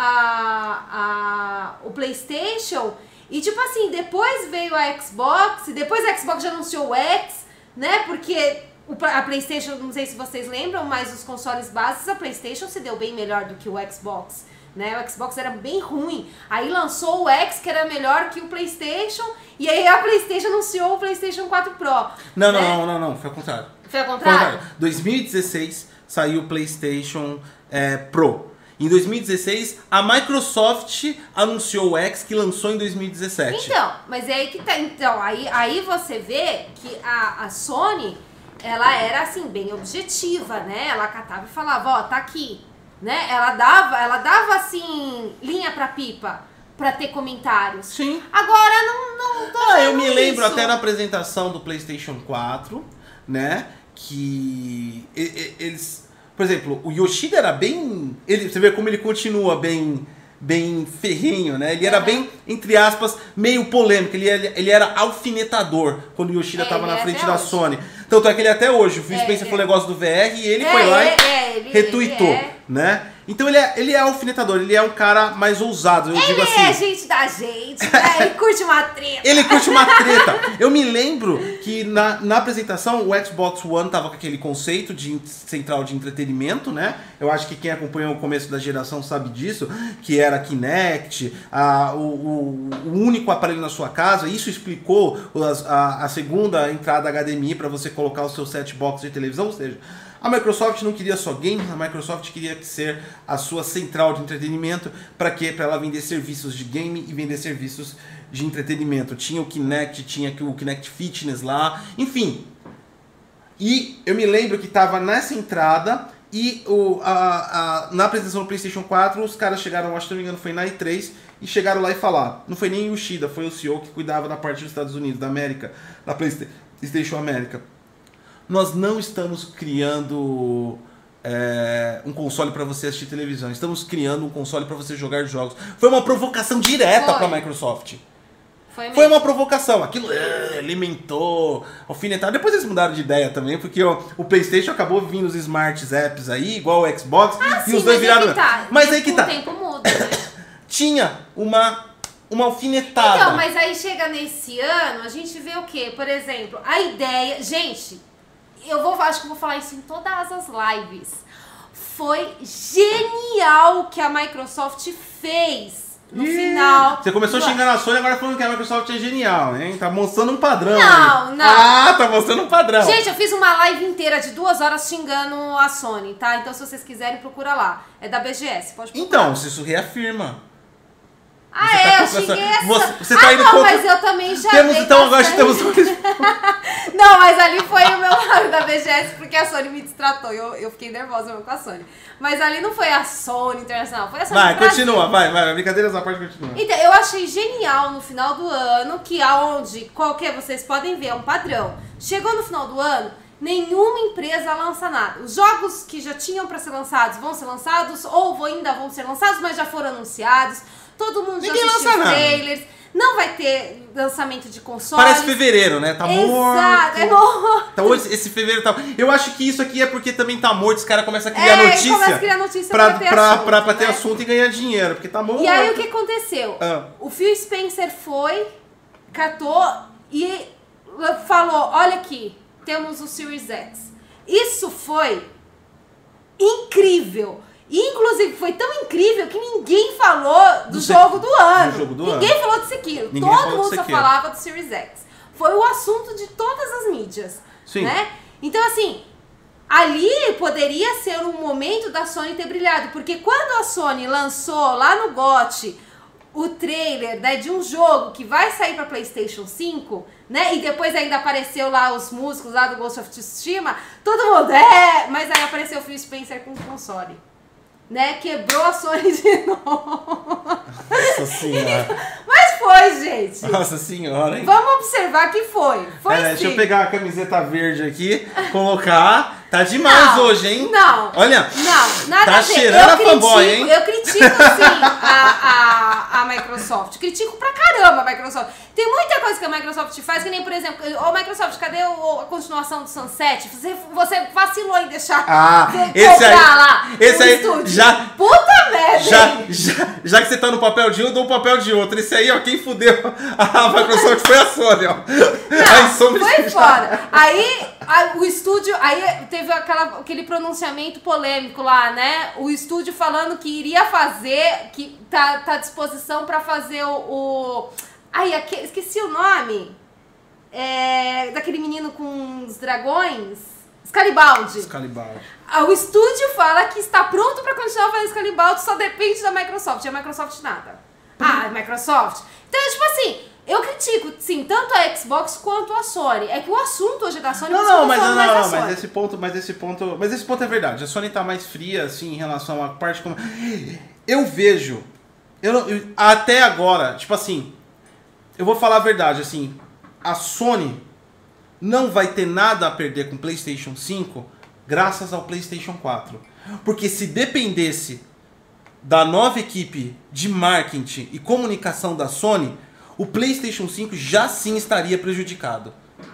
a, a, o PlayStation e tipo assim, depois veio a Xbox e depois a Xbox já anunciou o X, né? Porque o, a PlayStation, não sei se vocês lembram, mas os consoles básicos, a PlayStation se deu bem melhor do que o Xbox, né? O Xbox era bem ruim. Aí lançou o X, que era melhor que o PlayStation, e aí a PlayStation anunciou o PlayStation quatro Pro. Não, não, né? não, não, não, foi ao contrário. Foi ao Foi ao contrário? contrário. dois mil e dezesseis saiu o PlayStation é, Pro. Em dois mil e dezesseis, a Microsoft anunciou o X, que lançou em dois mil e dezessete. Então, mas é aí que tá. Então, aí, aí você vê que a, a Sony, ela era assim, bem objetiva, né? Ela catava e falava, ó, tá aqui. Né? Ela dava, ela dava assim, linha pra pipa, pra ter comentários. Sim. Agora não, não tô Ah, eu vendo me lembro isso. até na apresentação do PlayStation quatro, né? Que e- e- eles... Por exemplo, o Yoshida era bem... Ele, você vê como ele continua bem, bem ferrenho, né? Ele era bem, entre aspas, meio polêmico. Ele, ele era alfinetador quando o Yoshida estava na frente da hoje. Sony. Tanto é que ele até hoje, o Phil Spencer é, falou um negócio do V R e ele é, foi lá é, e é, ele, retweetou, ele é. né? Então ele é, ele é alfinetador, ele é um cara mais ousado, eu ele digo assim. Ele é gente da gente, né? Ele curte uma treta. Ele curte uma treta. Eu me lembro que na, na apresentação o Xbox One tava com aquele conceito de central de entretenimento, né? Eu acho que quem acompanhou o começo da geração sabe disso, que era a Kinect, a, o, o, o único aparelho na sua casa. Isso explicou a, a segunda entrada H D M I para você colocar o seu set box de televisão, ou seja, a Microsoft não queria só game, a Microsoft queria ser a sua central de entretenimento. Para quê? Para ela vender serviços de game e vender serviços de entretenimento. Tinha o Kinect, tinha o Kinect Fitness lá, enfim. E eu me lembro que estava nessa entrada e o, a, a, na apresentação do PlayStation quatro, os caras chegaram, acho que não me engano, foi na E três, e chegaram lá e falaram. Não foi nem o Yoshida, foi o C E O que cuidava da parte dos Estados Unidos, da América, da PlayStation América. Nós não estamos criando é, um console para você assistir televisão. Estamos criando um console para você jogar jogos. Foi uma provocação direta para a Microsoft. Foi, Foi uma provocação. Aquilo é, alimentou, alfinetado. Depois eles mudaram de ideia também, porque ó, o PlayStation acabou vindo os Smart Apps aí, igual o Xbox. Ah, e sim, os dois mas viraram. Aí que tá. Mas aí que tá. O tempo muda, né? Tinha uma... Uma alfinetada. Então, mas aí chega nesse ano, a gente vê o quê? Por exemplo, a ideia... Gente, eu vou, acho que eu vou falar isso em todas as lives. Foi genial o que a Microsoft fez no Ih, final. Você começou do... a xingar a Sony, agora falando que a Microsoft é genial, hein? Tá mostrando um padrão. Não, aí. não. Ah, tá mostrando um padrão. Gente, eu fiz uma live inteira de duas horas xingando a Sony, tá? Então, se vocês quiserem, procura lá. É da B G S, pode procurar. Então, se isso reafirma. Ah, você é, tá eu xinguei essa... Você, você tá ah, indo não, contra... mas eu também já temos, então, agora temos... Não, mas ali foi o meu lado da B G S, porque a Sony me distratou. Eu, eu fiquei nervosa mesmo com a Sony. Mas ali não foi a Sony Internacional, foi a Sony Vai, Brasil. continua, vai, vai. Brincadeiras à parte, continua. Então, eu achei genial no final do ano, que aonde, qualquer, vocês podem ver, é um padrão. Chegou no final do ano, nenhuma empresa lança nada. Os jogos que já tinham para ser lançados vão ser lançados, ou ainda vão ser lançados, mas já foram anunciados. Todo mundo já Ninguém assistiu os nada. trailers. Não vai ter lançamento de console. Parece fevereiro, né? Tá Exato, morto. é morto. Tá hoje, esse fevereiro tá... Eu acho que isso aqui é porque também tá morto. Os caras começam a criar é, notícia. começa a criar notícia pra, pra ter pra, assunto. pra, pra ter né? assunto e ganhar dinheiro, porque tá morto. E aí o que aconteceu? Ah. O Phil Spencer foi, catou e falou, olha aqui, temos o Series X. Isso foi incrível. E, inclusive, foi tão incrível que ninguém falou do, do jogo do ano. Do jogo do ninguém ano. falou do Sekiro. Ninguém Todo mundo só Sekiro. falava do Series X. Foi o assunto de todas as mídias. Sim. Né? Então, assim, ali poderia ser um momento da Sony ter brilhado. Porque quando a Sony lançou lá no G O T o trailer, né, de um jogo que vai sair para PlayStation cinco, né, e depois ainda apareceu lá os músicos lá do Ghost of Tsushima, todo mundo, é, mas aí apareceu o Phil Spencer com o console. Né, quebrou a Sony de novo. Nossa senhora. Mas foi, gente. Nossa senhora, hein? Vamos observar que foi. Foi é, sim. Deixa eu pegar a camiseta verde aqui, colocar. Tá demais não, hoje, hein? Não. Olha. Não, nada tá a ver. cheirando eu a fanboy, hein? Eu critico, sim, a, a, a Microsoft. Critico pra caramba a Microsoft. Tem muita coisa que a Microsoft faz, que nem, por exemplo, ô Microsoft, cadê o, a continuação do Sunset? Você, você vacilou em deixar ah, comprar esse aí, lá esse aí, estúdio. Já, Puta merda! Já, já, já que você tá no papel de um, eu dou o papel de outro. Esse aí, ó, quem fudeu a Microsoft foi a Sony, ó. Não, foi fora. Aí, a, o estúdio, aí teve aquela, aquele pronunciamento polêmico lá, né? O estúdio falando que iria fazer, que tá, tá à disposição pra fazer o... o ai, aquele, esqueci o nome. É, daquele menino com os dragões. Scalibald. Scalibald. O estúdio fala que está pronto pra continuar fazendo Scalibald, só depende da Microsoft. E a Microsoft nada. Ah, a Microsoft. Então, tipo assim... Eu critico, sim, tanto a Xbox quanto a Sony. É que o assunto hoje é da Sony, não, não, mas não, mais não, da não Sony. mas esse ponto, mas esse ponto, mas esse ponto é verdade. A Sony tá mais fria assim em relação à parte como eu vejo. Eu, não, eu até agora, tipo assim, eu vou falar a verdade, assim, a Sony não vai ter nada a perder com o PlayStation cinco graças ao PlayStation quatro. Porque se dependesse da nova equipe de marketing e comunicação da Sony, o PlayStation cinco já sim estaria prejudicado.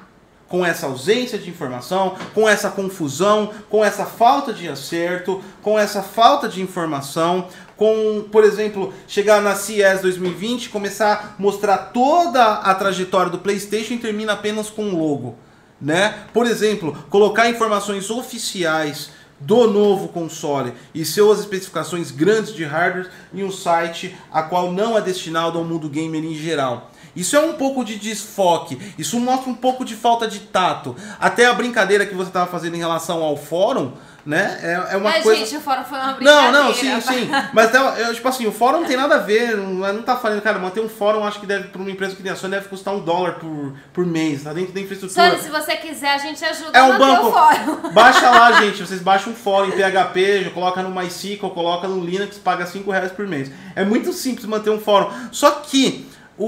Com essa ausência de informação, com essa confusão, com essa falta de acerto, com essa falta de informação, com, por exemplo, chegar na C E S dois mil e vinte, começar a mostrar toda a trajetória do PlayStation e termina apenas com um logo, né? Por exemplo, colocar informações oficiais do novo console e suas especificações grandes de hardware em um site a qual não é destinado ao mundo gamer em geral. Isso é um pouco de desfoque, isso mostra um pouco de falta de tato. Até a brincadeira que você estava fazendo em relação ao fórum, né? É, é uma é, coisa... gente, o fórum foi uma brincadeira. Não, não, sim, sim. Mas, eu, tipo assim, o fórum não tem nada a ver, não, não tá falando, cara, manter um fórum, acho que deve, para uma empresa que tem ação, deve custar um dólar por, por mês, tá dentro da infraestrutura. Sônia, se você quiser, a gente ajuda é um a manter banco. o fórum. Baixa lá, gente, vocês baixam um fórum em P H P, já coloca no MySQL, coloca no Linux, paga cinco reais por mês. É muito simples manter um fórum. Só que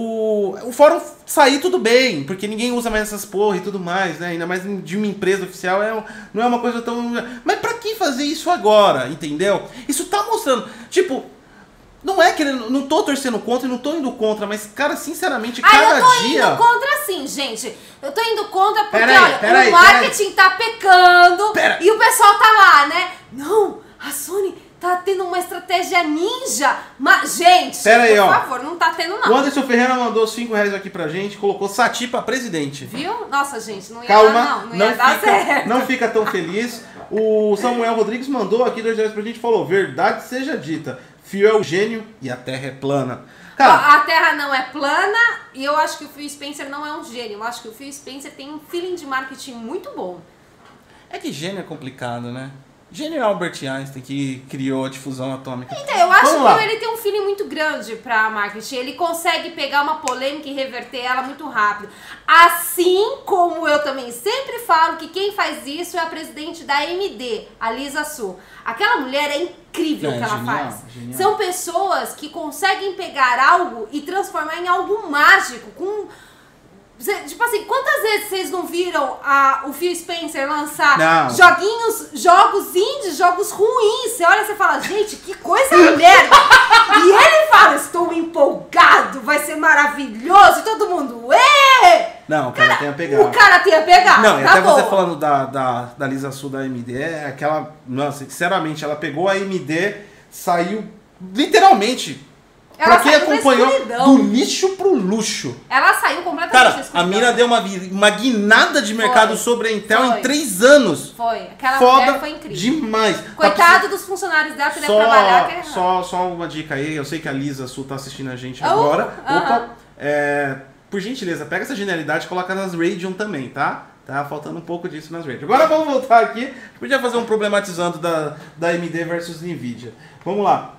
o, o fórum sair tudo bem, porque ninguém usa mais essas porra e tudo mais, né? Ainda mais de uma empresa oficial, é, não é uma coisa tão... Mas pra que fazer isso agora, entendeu? Isso tá mostrando, tipo... Não é que ele, não tô torcendo contra e não tô indo contra, mas, cara, sinceramente, ah, cada dia... eu tô dia... indo contra sim, gente. Eu tô indo contra porque, pera olha, aí, pera o aí, marketing tá pecando pera. e o pessoal tá lá, né? Não, a Sony tá tendo uma estratégia ninja. Mas, gente, pera aí, por ó. favor, não tá tendo não. O Anderson Ferreira mandou cinco reais aqui pra gente, colocou Sati pra presidente. Viu? Nossa, gente, não ia Calma, dar não, não ia não dar fica, certo. não fica tão feliz. O Samuel Rodrigues mandou aqui dois reais pra gente e falou: verdade seja dita, Phil é o gênio e a Terra é plana. Cara, a Terra não é plana e eu acho que o Phil Spencer não é um gênio. Eu acho que o Phil Spencer tem um feeling de marketing muito bom. É que gênio é complicado, né? Gênio é Albert Einstein, que criou a difusão atômica. Então, eu acho Vamos lá. que ele tem um feeling muito grande pra marketing. Ele consegue pegar uma polêmica e reverter ela muito rápido. Assim como eu também sempre falo que quem faz isso é a presidente da A M D, a Lisa Su. Aquela mulher é incrível o É, que ela genial, faz. genial. São pessoas que conseguem pegar algo e transformar em algo mágico, com... Tipo assim, quantas vezes vocês não viram a, o Phil Spencer lançar não. joguinhos, jogos indies, jogos ruins? Você olha e você fala, gente, que coisa merda! E ele fala, estou empolgado, vai ser maravilhoso, e todo mundo, ê! Não, o cara, cara tem a pegar. O cara tem a pegar, Não, e tá até bom. você falando da, da, da Lisa Su da A M D, é aquela... Nossa, sinceramente, ela pegou a A M D, saiu literalmente... Ela pra quem acompanhou, do lixo pro luxo. Ela saiu completamente Cara, da escuridão. a mina deu uma, uma guinada de mercado Foi, sobre a Intel foi. em três anos. Foi, aquela Foda mulher foi incrível. Demais. Coitado dos funcionários dela que deve só, trabalhar. Que é... só, só uma dica aí, eu sei que a Lisa Su tá assistindo a gente Oh, agora. uh-huh. Opa, é, por gentileza, pega essa genialidade e coloca nas Radeon também, tá? Tá faltando um pouco disso nas Radeon. Agora vamos voltar aqui. A gente podia fazer um problematizando da, da A M D versus Nvidia. Vamos lá.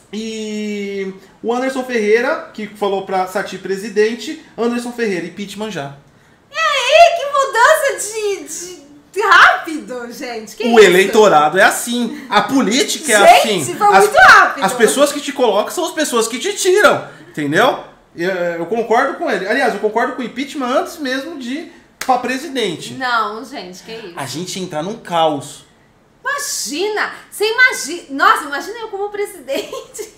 E o Anderson Ferreira, que falou pra Sati presidente, Anderson Ferreira, impeachment já. E aí, que mudança de, de rápido, gente. Que o isso? eleitorado é assim. A política é gente, assim. foi as, muito rápido. As pessoas que te colocam são as pessoas que te tiram. Entendeu? Eu, eu concordo com ele. Aliás, eu concordo com o impeachment antes mesmo de ir pra presidente. Não, gente, que isso. A gente entrar num caos. Imagina! Você imagina... Nossa, imagina eu como presidente.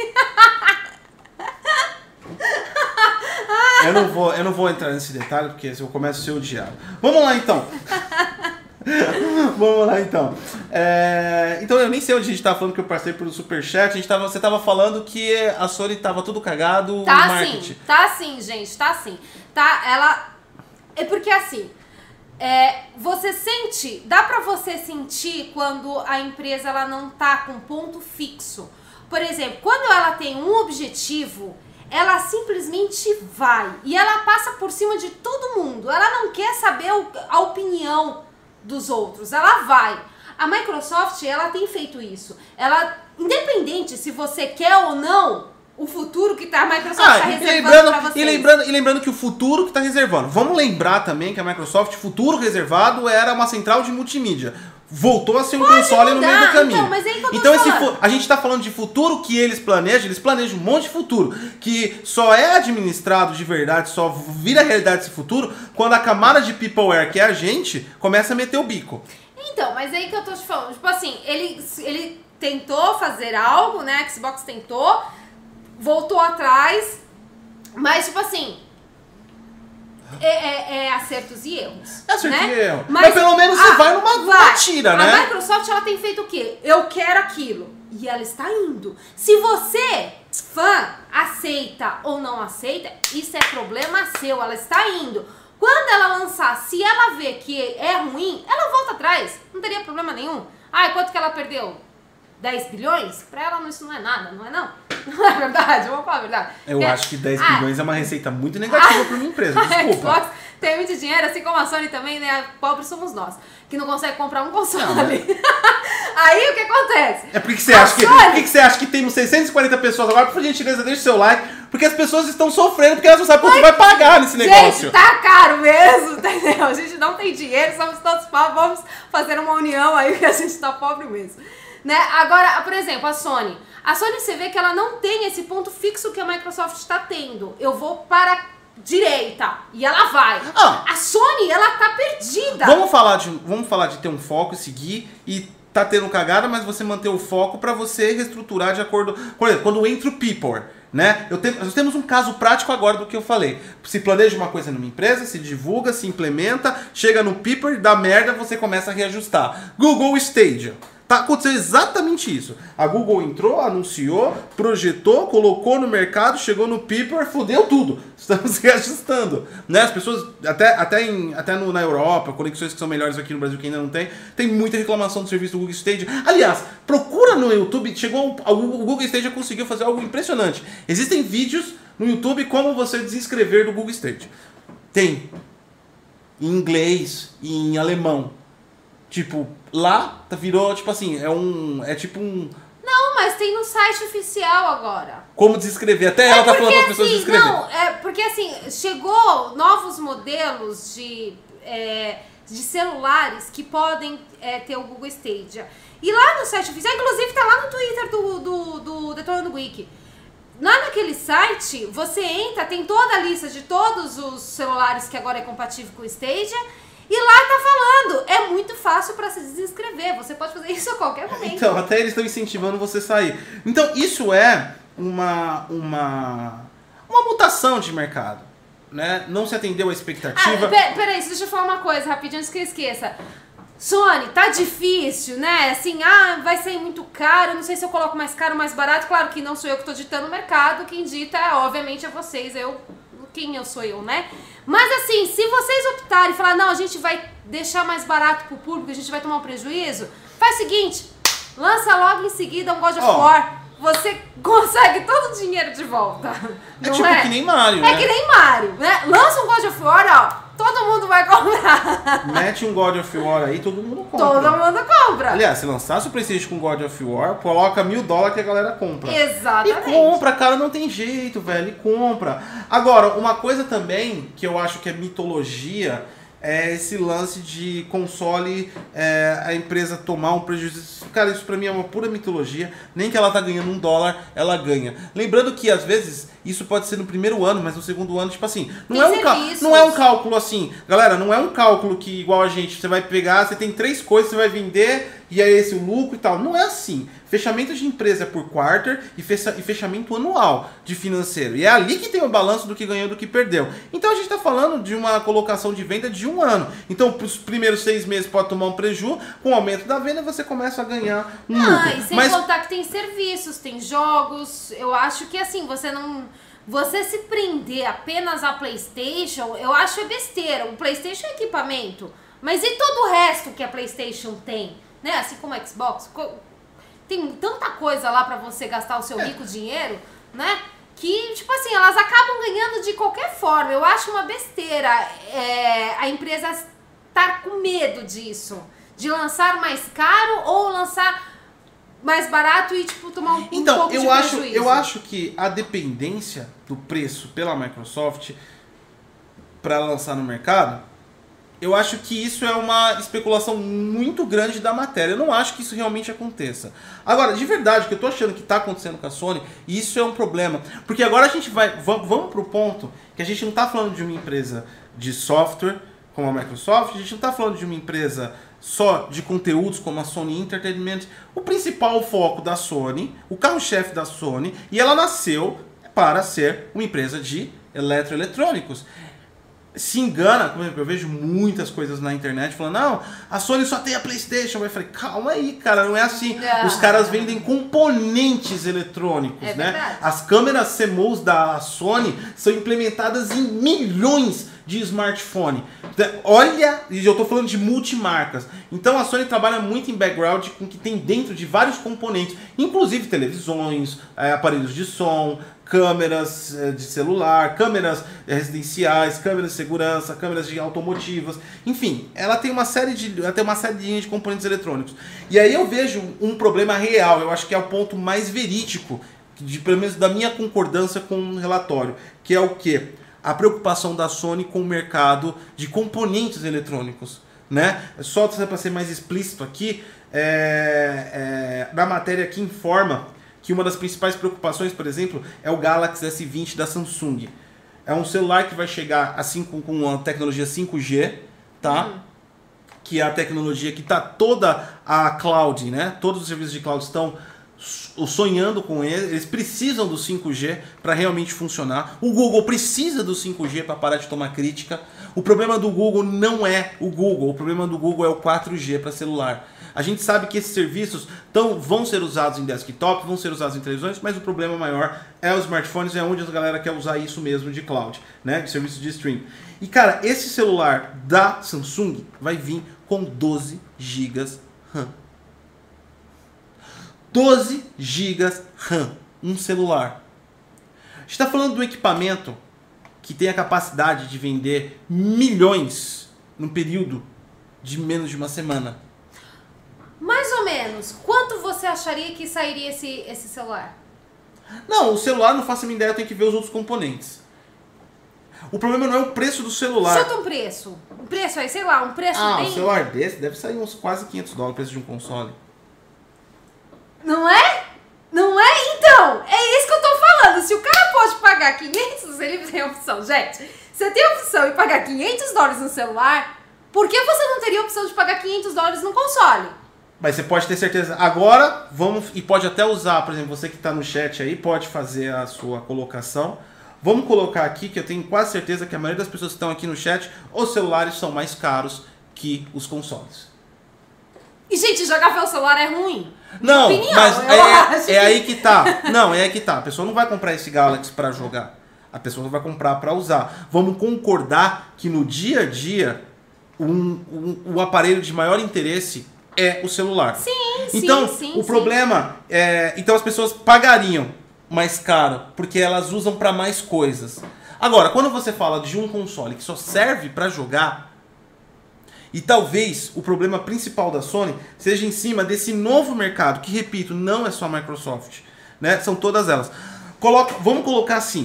Eu não vou, eu não vou entrar nesse detalhe, porque eu começo a ser odiado. Vamos lá, então. Vamos lá, então. É, então, eu nem sei onde a gente tava falando, que eu passei pelo superchat. A gente tava, você tava falando que a Sony tava tudo cagado, Tá o assim, marketing. tá assim, gente, tá assim. Tá, ela... É porque assim... É, você sente, dá pra você sentir quando a empresa ela não tá com ponto fixo. Por exemplo, quando ela tem um objetivo, ela simplesmente vai e ela passa por cima de todo mundo. Ela não quer saber a opinião dos outros, ela vai. A Microsoft, ela tem feito isso. Ela, independente se você quer ou não, o futuro que tá, a Microsoft Ah, está e reservando lembrando, pra vocês. e, lembrando, e lembrando que o futuro que está reservando. Vamos lembrar também que a Microsoft, futuro reservado, era uma central de multimídia. Voltou a ser um Pode console mudar, no meio do caminho. Então, mas é aí que eu tô então esse falando. fu- a gente está falando de futuro que eles planejam, eles planejam um monte de futuro, que só é administrado de verdade, só vira realidade esse futuro, quando a camada de peopleware, que é a gente, começa a meter o bico. Então, mas é aí que eu tô te falando. Tipo assim, ele... ele tentou fazer algo, né? A Xbox tentou, voltou atrás, mas tipo assim, é, é, é acertos e erros. É acertos né? e erros. Mas, mas pelo menos você vai numa vai. tira, né? A Microsoft, ela tem feito o quê? Eu quero aquilo. E ela está indo. Se você, fã, aceita ou não aceita, isso é problema seu. Ela está indo. Quando ela lançar, se ela vê que é ruim, ela volta atrás. Não teria problema nenhum. Ah, quanto que ela perdeu? dez bilhões? Pra ela isso não é nada, não é não? Não é verdade? Vamos falar a verdade. Eu Porque, acho que dez ah, bilhões é uma receita muito negativa para uma empresa, desculpa. A Xbox tem muito dinheiro, assim como a Sony também, né? Pobres somos nós, que não consegue comprar um console. Não, mas... Aí o que acontece? É porque você acha que, Sony... por que você acha que temos seiscentas e quarenta pessoas agora? Por gentileza, deixa o seu like, porque as pessoas estão sofrendo porque elas não sabem quanto vai pagar nesse negócio. Gente, tá caro mesmo, entendeu? A gente não tem dinheiro, somos todos pobres, vamos fazer uma união aí que a gente tá pobre mesmo. Né? Agora, por exemplo, a Sony. A Sony, você vê que ela não tem esse ponto fixo que a Microsoft está tendo. Eu vou para a direita e ela vai. Ah, a Sony, ela tá perdida. Vamos falar, de, vamos falar de ter um foco e seguir e tá tendo cagada, mas você manter o foco para você reestruturar de acordo... Por exemplo, quando entra o People, né? Eu tenho, nós temos um caso prático agora do que eu falei. Se planeja uma coisa numa empresa, se divulga, se implementa, chega no People, dá merda, você começa a reajustar. Google Stadia. Tá acontecendo exatamente isso. A Google entrou, anunciou, projetou, colocou no mercado, chegou no People, fudeu tudo. Estamos reajustando. Né? As pessoas, até, até, em, até no, na Europa, conexões que são melhores aqui no Brasil que ainda não tem, tem muita reclamação do serviço do Google Stadia. Aliás, procura no YouTube, chegou o Google Stadia conseguiu fazer algo impressionante. Existem vídeos no YouTube como você desinscrever do Google Stadia. Tem em inglês e em alemão. Tipo, lá virou, tipo assim, é um. É tipo um. Não, mas tem no site oficial agora. Como desescrever? Até é ela tá falando para as pessoas assim, desescrever. Não, é porque assim, chegou novos modelos de, é, de celulares que podem é, ter o Google Stadia. E lá no site oficial, inclusive tá lá no Twitter do, do, do Detonando Geek. Lá naquele site, você entra, tem toda a lista de todos os celulares que agora é compatível com o Stadia. E lá tá falando, é muito fácil para se desinscrever, você pode fazer isso a qualquer momento. Então, até eles estão incentivando você sair. Então, isso é uma, uma, uma mutação de mercado, né? Não se atendeu à expectativa. Ah, peraí, deixa eu falar uma coisa rapidinho antes que eu esqueça. Sony, tá difícil, né? Assim, ah, vai ser muito caro, não sei se eu coloco mais caro ou mais barato. Claro que não sou eu que tô ditando o mercado, quem dita, obviamente, é vocês, eu... Quem eu sou eu, né? Mas assim, se vocês optarem e falar, não, a gente vai deixar mais barato pro público, a gente vai tomar um prejuízo, faz o seguinte, lança logo em seguida um God of oh. War, você consegue todo o dinheiro de volta. É tipo é? que nem Mario, É né? que nem Mario, né? Lança um God of War, ó, todo mundo vai comprar. Mete um God of War aí, todo mundo compra. Todo mundo compra. Aliás, se lançasse o PlayStation com God of War, coloca mil dólares que a galera compra. Exatamente. E compra, cara, não tem jeito, velho, e compra. Agora, uma coisa também que eu acho que é mitologia é esse lance de console, é, a empresa tomar um prejuízo. Cara, isso pra mim é uma pura mitologia. Nem que ela tá ganhando um dólar, ela ganha. Lembrando que, às vezes, isso pode ser no primeiro ano, mas no segundo ano, tipo assim, não, é um, cal- não é um cálculo assim. Galera, não é um cálculo que, igual a gente, você vai pegar, você tem três coisas, você vai vender, e é esse o lucro e tal. Não é assim. Fechamento de empresa é por quarter e fechamento anual de financeiro. E é ali que tem o balanço do que ganhou e do que perdeu. Então a gente está falando de uma colocação de venda de um ano. Então os primeiros seis meses pode tomar um prejuízo, com o aumento da venda você começa a ganhar um ah, lucro. E sem Mas... contar que tem serviços, tem jogos. Eu acho que assim, você não... Você se prender apenas a PlayStation, eu acho é besteira. O PlayStation é equipamento. Mas e todo o resto que a PlayStation tem? Né? Assim como a Xbox... Tem tanta coisa lá pra você gastar o seu rico dinheiro, né? Que, tipo assim, elas acabam ganhando de qualquer forma. Eu acho uma besteira é, a empresa estar com medo disso. De lançar mais caro ou lançar mais barato e, tipo, tomar um, então, um pouco eu de acho, prejuízo. eu acho que a dependência do preço pela Microsoft para lançar no mercado... Eu acho que isso é uma especulação muito grande da matéria. Eu não acho que isso realmente aconteça. Agora, de verdade, o que eu tô achando que está acontecendo com a Sony, isso é um problema. Porque agora a gente vai... Vamos, vamos pro ponto que a gente não está falando de uma empresa de software, como a Microsoft, a gente não está falando de uma empresa só de conteúdos como a Sony Entertainment, o principal foco da Sony, o carro-chefe da Sony, e ela nasceu para ser uma empresa de eletroeletrônicos. Se engana, por exemplo, eu vejo muitas coisas na internet falando, não, a Sony só tem a PlayStation. Eu falei, calma aí, cara, não é assim. Não. Os caras vendem componentes eletrônicos, é né? Verdade. As câmeras C M O S da Sony são implementadas em milhões de smartphone. Olha, e eu tô falando de multimarcas. Então a Sony trabalha muito em background com o que tem dentro de vários componentes, inclusive televisões, é, aparelhos de som, câmeras de celular, câmeras residenciais, câmeras de segurança, câmeras de automotivas, enfim, ela tem uma série de, ela tem uma série de linhas de componentes eletrônicos. E aí eu vejo um problema real, eu acho que é o ponto mais verídico, de, pelo menos da minha concordância com o relatório, que é o quê? A preocupação da Sony com o mercado de componentes eletrônicos, né? Só para ser mais explícito aqui, é, é, na matéria que informa que uma das principais preocupações, por exemplo, é o Galaxy S vinte da Samsung. É um celular que vai chegar assim com, com a tecnologia cinco G, tá? Uhum. Que é a tecnologia que está toda a cloud, né? Todos os serviços de cloud estão sonhando com ele, eles precisam do cinco G para realmente funcionar. O Google precisa do cinco G para parar de tomar crítica. O problema do Google não é o Google, o problema do Google é o quatro G para celular. A gente sabe que esses serviços tão, vão ser usados em desktop, vão ser usados em televisões, mas o problema maior é os smartphones, é onde a galera quer usar isso mesmo de cloud, né, de serviço de stream. E cara, esse celular da Samsung vai vir com doze gigas RAM. doze gigas RAM, um celular. A gente está falando de um equipamento que tem a capacidade de vender milhões num período de menos de uma semana. Mais ou menos. Quanto você acharia que sairia esse, esse celular? Não, o celular não faço a minha ideia, eu tenho que ver os outros componentes. O problema não é o preço do celular. Solta um preço. Um preço aí, sei lá, um preço ah, bem... um celular desse deve sair uns quase quinhentos dólares o preço de um console. Não é? Não é? Então, é isso que eu tô falando. Se o cara pode pagar quinhentos, ele tem opção. Gente, você tem a opção de pagar quinhentos dólares no celular, por que você não teria a opção de pagar quinhentos dólares no console? Mas você pode ter certeza. Agora, vamos, e pode até usar, por exemplo, você que está no chat aí, pode fazer a sua colocação. Vamos colocar aqui, que eu tenho quase certeza que a maioria das pessoas que estão aqui no chat, os celulares são mais caros que os consoles. E, gente, jogar pelo celular é ruim? Não, opinião, mas eu é, acho é que... aí que tá. Não, é aí que tá. A pessoa não vai comprar esse Galaxy para jogar. A pessoa vai comprar para usar. Vamos concordar que no dia a dia, um, um, o aparelho de maior interesse é o celular. Sim, então, sim, sim. o sim. problema é... Então as pessoas pagariam mais caro, porque elas usam para mais coisas. Agora, quando você fala de um console que só serve para jogar, e talvez o problema principal da Sony seja em cima desse novo mercado, que, repito, não é só a Microsoft, né? São todas elas. Coloca, vamos colocar assim,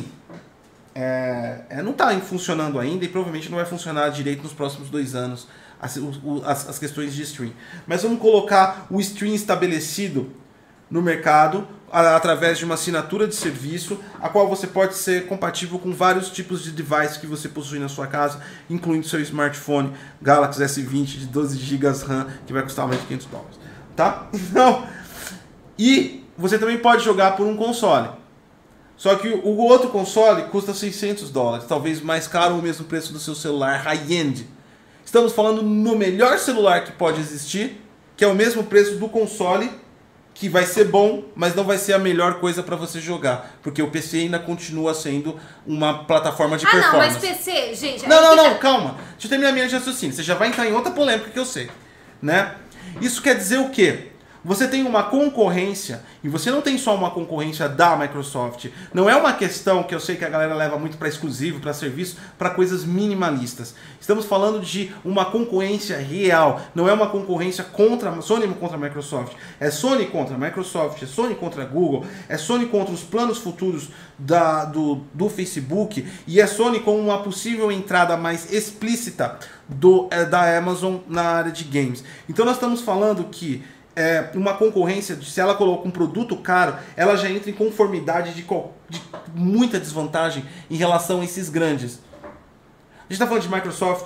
é, é, não está funcionando ainda e provavelmente não vai funcionar direito nos próximos dois anos, as, o, as, as questões de stream. Mas vamos colocar o stream estabelecido no mercado, através de uma assinatura de serviço, a qual você pode ser compatível com vários tipos de device que você possui na sua casa, incluindo seu smartphone Galaxy S vinte de doze gigas RAM, que vai custar mais de quinhentos dólares. Tá? Então, e você também pode jogar por um console. Só que o outro console custa seiscentos dólares, talvez mais caro ou o mesmo preço do seu celular high-end. Estamos falando no melhor celular que pode existir, que é o mesmo preço do console, que vai ser bom, mas não vai ser a melhor coisa para você jogar, porque o P C ainda continua sendo uma plataforma de ah, performance. Ah, não, mas P C, gente... Não, não, não, tá... calma. Deixa eu terminar a minha raciocínio. Você já vai entrar em outra polêmica que eu sei, né? Isso quer dizer o quê? Você tem uma concorrência, e você não tem só uma concorrência da Microsoft. Não é uma questão que eu sei que a galera leva muito para exclusivo, para serviço, para coisas minimalistas. Estamos falando de uma concorrência real. Não é uma concorrência contra Sony contra a Microsoft. É Sony contra a Microsoft, é Sony contra a Google, é Sony contra os planos futuros da, do, do Facebook, e é Sony com uma possível entrada mais explícita do, é, da Amazon na área de games. Então nós estamos falando que É uma concorrência, se ela coloca um produto caro, ela já entra em conformidade de, de muita desvantagem em relação a esses grandes. A gente está falando de Microsoft,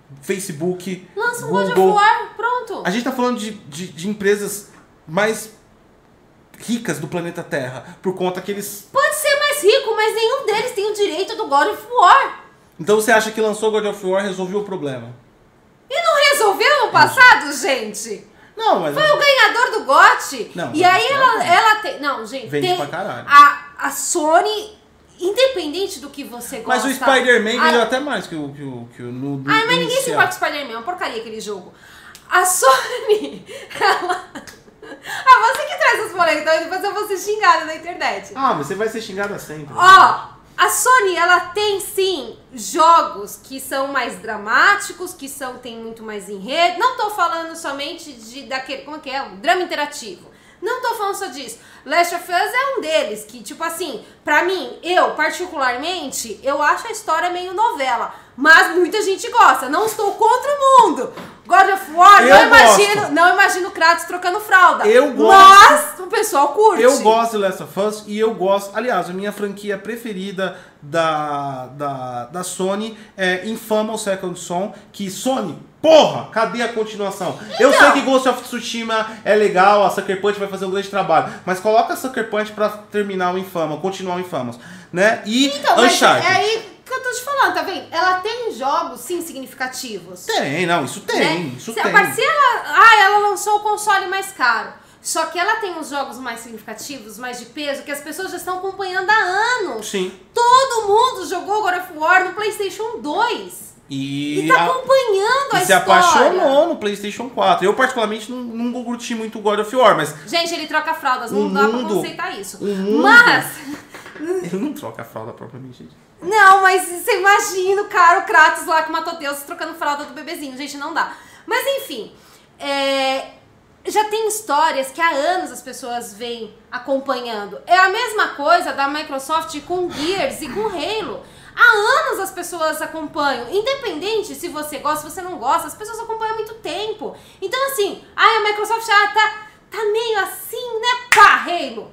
Facebook, Lança um Google. God of War, pronto. A gente tá falando de, de, de empresas mais ricas do planeta Terra, por conta que eles... Pode ser mais rico, mas nenhum deles tem o direito do God of War. Então você acha que lançou God of War e resolveu o problema? E não resolveu no passado, gente? Não, mas... Foi o ganhador do G O T. Não, e mas aí não ela, é. ela tem... Não, gente, Vende tem... pra caralho. A, a Sony, independente do que você gosta... Mas o Spider-Man a- vendeu até mais que o... Que o, que o no, no Ai, mas ninguém se inicial. importa com Spider-Man, é uma porcaria aquele jogo. A Sony, ela... Ah, você que traz as polêmicas, então depois eu vou ser xingada na internet. Ah, mas você vai ser xingada sempre. Ó, a Sony, ela tem sim jogos que são mais dramáticos, que são tem muito mais enredo. Não tô falando somente de daquele, como é que é? Um drama interativo. Não tô falando só disso. Last of Us é um deles, que tipo assim, pra mim, eu particularmente, eu acho a história meio novela. Mas muita gente gosta. Não estou contra o mundo. God of War, Eu não imagino, gosto. não imagino Kratos trocando fralda. Eu gosto. Mas o pessoal curte. Eu gosto de Last of Us e eu gosto... Aliás, a minha franquia preferida da, da, da Sony é Infamous Second Son, que Sony, porra, cadê a continuação? Eu Então. sei que Ghost of Tsushima é legal, a Sucker Punch vai fazer um grande trabalho, mas coloca a Sucker Punch pra terminar o Infamous, continuar o Infamous, né? E Então, mas Uncharted. é aí que eu tô te falando, tá vendo? Ela tem jogos, sim, significativos. Tem, não, isso tem, né? isso se, tem. a- se ela, ah, ela lançou o console mais caro. Só que ela tem uns jogos mais significativos, mais de peso, que as pessoas já estão acompanhando há anos. Sim. Todo mundo jogou God of War no PlayStation dois. E, E tá a- acompanhando a e se história. apaixonou no PlayStation quatro. Eu, particularmente, não, não curti muito o God of War, mas Gente, ele troca fraldas, não O dá pra mundo- conceitar isso. o mundo- Mas... ele não troca a fralda propriamente. Gente. Não, mas você imagina o cara, o Kratos lá que matou Deus trocando fralda do bebezinho. Gente, não dá. Mas enfim, é, já tem histórias que há anos as pessoas vêm acompanhando. É a mesma coisa da Microsoft com Gears e com Halo. Há anos as pessoas acompanham. Independente se você gosta, se você não gosta, as pessoas acompanham há muito tempo. Então assim, ai, a Microsoft já tá, tá meio assim, né? Pá, Halo.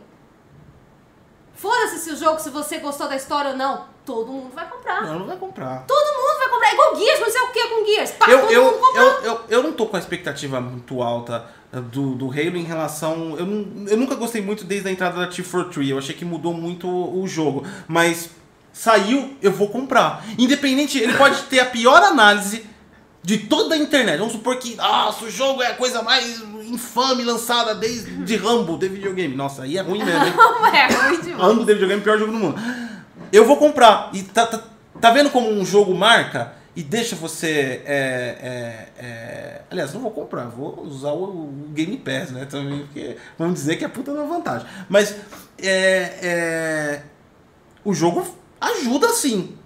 Foda-se se o jogo, se você gostou da história ou não. Todo mundo vai comprar. Não, não vai comprar. Todo mundo vai comprar. Igual Gears, não sei o que com Gears. Pá, Eu, todo eu, mundo compra. eu, eu, eu não tô com a expectativa muito alta do, do Halo em relação... Eu, não, eu nunca gostei muito desde a entrada da T quatro três. Eu achei que mudou muito o, o jogo. Mas saiu, eu vou comprar. Independente, ele pode ter a pior análise de toda a internet. Vamos supor que nossa, o jogo é a coisa mais infame lançada desde Rambo de videogame. Nossa, aí é ruim mesmo, hein? Não é ruim demais. Rambo de videogame é o pior jogo do mundo. Eu vou comprar. E tá, tá, tá vendo como um jogo marca e deixa você... É, é, é... Aliás, não vou comprar. Vou usar o, o Game Pass, né? Também, porque vamos dizer que é puta da vantagem. Mas é, é, o jogo ajuda, sim,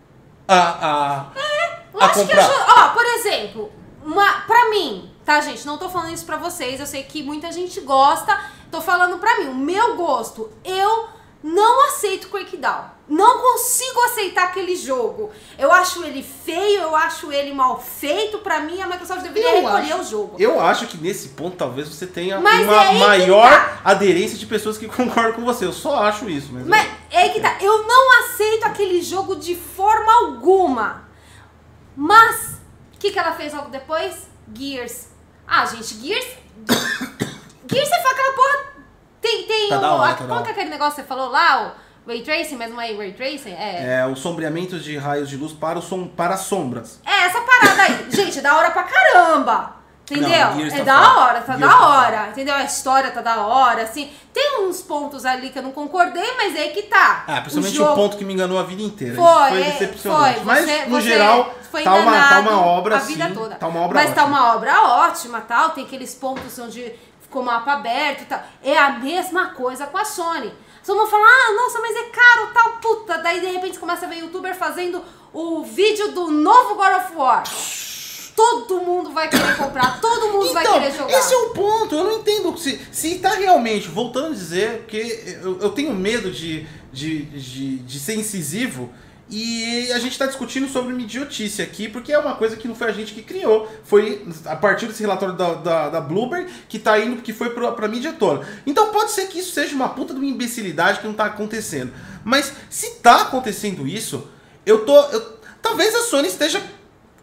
a, a, Eu a acho que comprar. ajuda. Ó, por exemplo, uma, pra mim, tá, gente? Não tô falando isso pra vocês. Eu sei que muita gente gosta. Tô falando pra mim. O meu gosto, eu não aceito Crackdown. Não consigo aceitar aquele jogo. Eu acho ele feio, eu acho ele mal feito. Pra mim, a Microsoft deveria Eu recolher acho- o jogo. Eu acho que nesse ponto talvez você tenha Mas uma é aí que maior tá. aderência de pessoas que concordam com você. Eu só acho isso. Mas, Mas é aí que tá. Eu não aceito aquele jogo de forma alguma. Mas, o que, que ela fez logo depois? Gears. Ah, gente, Gears... Gears, você fala aquela porra... Tem, tem Tá o... da hora, a- tá da qual hora. que é aquele negócio que você falou lá? O Ray Tracing, mas não é Ray Tracing? É... É, os sombreamentos de raios de luz para, o som, para as sombras. É, essa parada aí. Gente, é da hora pra caramba. Entendeu? Não, Gears é tá da foda. hora, tá Gears da tá hora. Entendeu? A história tá da hora, assim. Tem uns pontos ali que eu não concordei, mas é aí que tá. Ah, principalmente o, jogo- ponto que me enganou a vida inteira. Foi, Isso foi é, decepcionante. foi. Mas, Você- no você geral, foi tá uma, tá enganado uma obra a vida assim, toda. tá uma obra Mas ótima. tá uma obra ótima, tal. Tem aqueles pontos onde ficou mapa aberto e tal. É a mesma coisa com a Sony. Todo mundo fala, ah, nossa, mas é caro, tal, puta. Daí, de repente, você começa a ver youtuber fazendo o vídeo do novo God of War. Todo mundo vai querer comprar, todo mundo vai Então, querer jogar. esse é o ponto. Eu não entendo se, se tá realmente, voltando a dizer, porque eu, eu tenho medo de, de, de, de ser incisivo e a gente tá discutindo sobre uma idiotice aqui, porque é uma coisa que não foi a gente que criou. Foi a partir desse relatório da, da, da Bloomberg que tá indo, que foi pra, pra mídia toda. Então pode ser que isso seja uma puta de uma imbecilidade que não tá acontecendo. Mas se tá acontecendo isso, eu tô... Eu, talvez a Sony esteja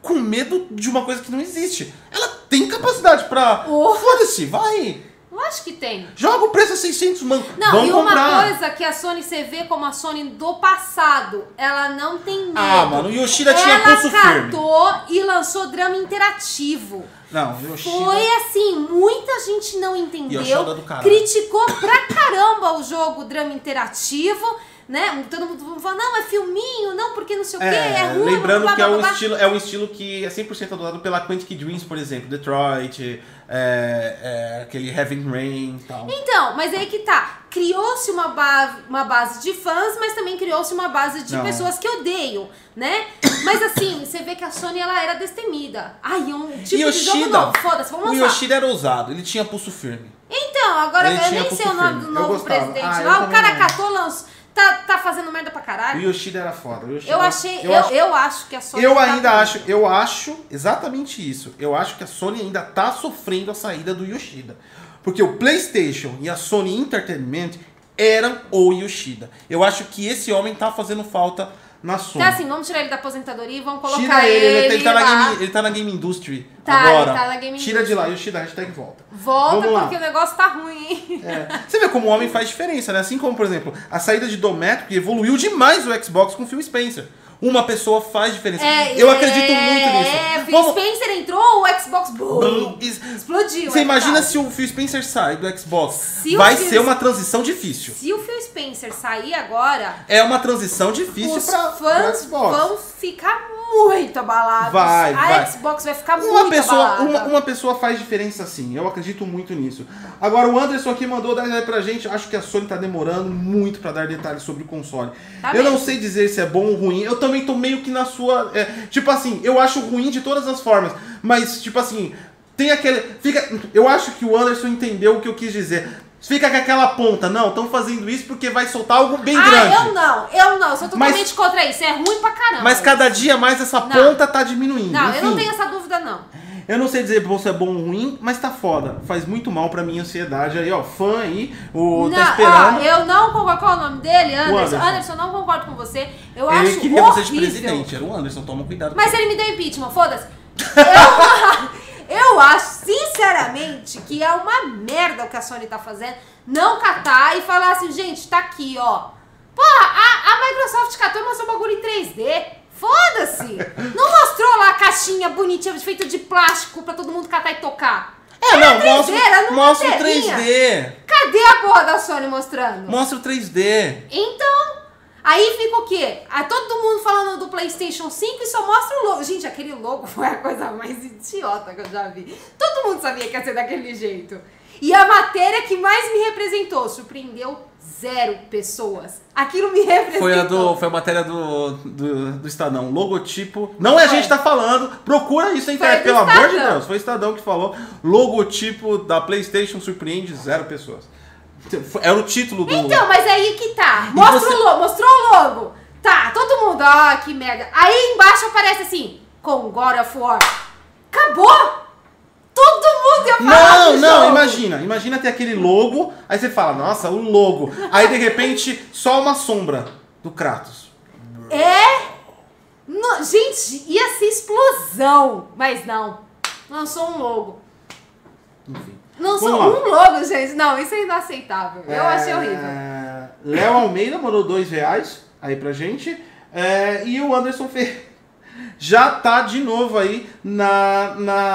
com medo de uma coisa que não existe. Ela tem capacidade pra... Oh. Foda-se, vai. Lógico que tem. Joga o preço a seiscentos, mano. Não, Vamos e uma comprar. coisa que a Sony, você vê como a Sony do passado, ela não tem medo. Ah, mano, o Yoshida tinha pulso firme. Ela catou e lançou drama interativo. Não, o Yoshida... Foi assim, muita gente não entendeu, Yoshida do caralho. criticou pra caramba o jogo drama interativo, né? Todo mundo falou, não, é filminho, não, porque não sei o que, é, é ruim. Lembrando blá, blá, que é blá, um, blá. estilo, é um estilo que é cem por cento adotado pela Quantic Dreams, por exemplo. Detroit, é, é, aquele Heaven Rain e tal. Então, mas aí que tá. Criou-se uma, ba uma base de fãs, mas também criou-se uma base de Não. pessoas que odeiam, né? Mas assim, você vê que a Sony, ela era destemida. Ai, é um tipo Yoshida, de jogo novo, foda-se, vamos o lançar. Yoshida era ousado, ele tinha pulso firme. Então, agora Ele eu tinha nem pulso sei o nome firme. do Eu novo gostava. presidente Ah, eu lá. O também cara não. catou, lançou, tá, tá fazendo merda pra O caralho. Yoshida era foda. O Yoshida, Eu achei, eu, eu acho, eu acho que a Sony eu tá ainda com- acho, eu acho exatamente isso. Eu acho que a Sony ainda tá sofrendo a saída do Yoshida. Porque o PlayStation e a Sony Entertainment eram o Yoshida. Eu acho que esse homem tá fazendo falta na Sony. Tá assim, vamos tirar ele da aposentadoria e vamos colocar Tira ele, ele, ele, tá na lá. game, ele tá na game industry Tá, agora. ele tá na game Tira de industry. lá, Yoshida, hashtag volta. Volta Vamos lá. porque o negócio tá ruim, hein? É. Você vê como o homem faz diferença, né? Assim como, por exemplo, a saída de Dometric evoluiu demais o Xbox com o Phil Spencer. Uma pessoa faz diferença. É, Eu é, acredito muito nisso. É, Phil Vamos- Spencer entrou, o Xbox boom, Bum, is- explodiu. Você é imagina verdade. se o Phil Spencer sai do Xbox. Se o Vai Phil- ser uma transição difícil. Se o Phil Spencer sair agora, É uma transição difícil os pra, pra fãs Xbox. vão ficar muito abalados. Vai, a vai. Xbox vai ficar Uma muito pessoa, abalada. uma, uma pessoa faz diferença sim, eu acredito muito nisso. Agora o Anderson aqui mandou dar ideia pra gente, acho que a Sony tá demorando muito pra dar detalhes sobre o console. Tá eu não mesmo. sei dizer se é bom ou ruim, eu também tô meio que na sua... é, tipo assim, eu acho ruim de todas as formas, mas tipo assim, tem aquele... Fica, eu acho que o Anderson entendeu o que eu quis dizer. Fica com aquela ponta, não, estão fazendo isso porque vai soltar algo bem ah, grande. eu não, eu não, sou totalmente Mas- contra isso, é ruim pra caramba. Mas cada dia mais essa Não. ponta tá diminuindo. Não, eu não Enfim. tenho essa dúvida não. Eu não sei dizer se é bom ou ruim, mas tá foda. Faz muito mal pra minha ansiedade aí, ó. Fã aí, o Não, tá esperando. ó, eu não concordo. Qual é o nome dele? Anderson. Anderson. Anderson, não concordo com você. Eu Ele acho queria horrível. você de presidente, era o Anderson, toma cuidado. Mas ele me deu impeachment, foda-se. Eu, eu acho, sinceramente, que é uma merda o que a Sony tá fazendo. Não catar e falar assim, gente, tá aqui, ó. Porra, a, a Microsoft catou e mostrou o bagulho em três D. Foda-se. Não mostrou lá a caixinha bonitinha, feita de plástico pra todo mundo catar e tocar. É, Era não, três D, mostra, era numa mostra o telinha. três D. Cadê a porra da Sony mostrando? Mostra o três D. Então, aí fica o quê? Ah, todo mundo falando do PlayStation cinco e só mostra o logo. Gente, aquele logo foi a coisa mais idiota que eu já vi. Todo mundo sabia que ia ser daquele jeito. E a matéria que mais me representou, surpreendeu zero pessoas. Aquilo me representou. Foi a, do, foi a matéria do, do, do Estadão. Logotipo. Não é a Foi. gente tá falando. Procura isso na internet, do pelo amor de Estadão. Deus. Foi o Estadão que falou. Logotipo da PlayStation surpreende zero pessoas. Era o título do. Então, mas aí que tá. Mostra você- o logo, mostrou o logo. Tá, todo mundo, ah, que merda. Aí embaixo aparece assim, com God of War. Acabou! Todo mundo ia falar Não, do não, jogo. imagina. Imagina ter aquele logo, aí você fala, nossa, o logo. Aí de repente, só uma sombra do Kratos. É? No- gente, ia ser explosão. Mas não. Lançou um logo. Enfim. Lançou Vamos lá. um logo, gente. Não, isso é inaceitável. Eu achei horrível. É, Léo Almeida mandou dois reais aí pra gente. É, e o Anderson Ferreira já tá de novo aí na,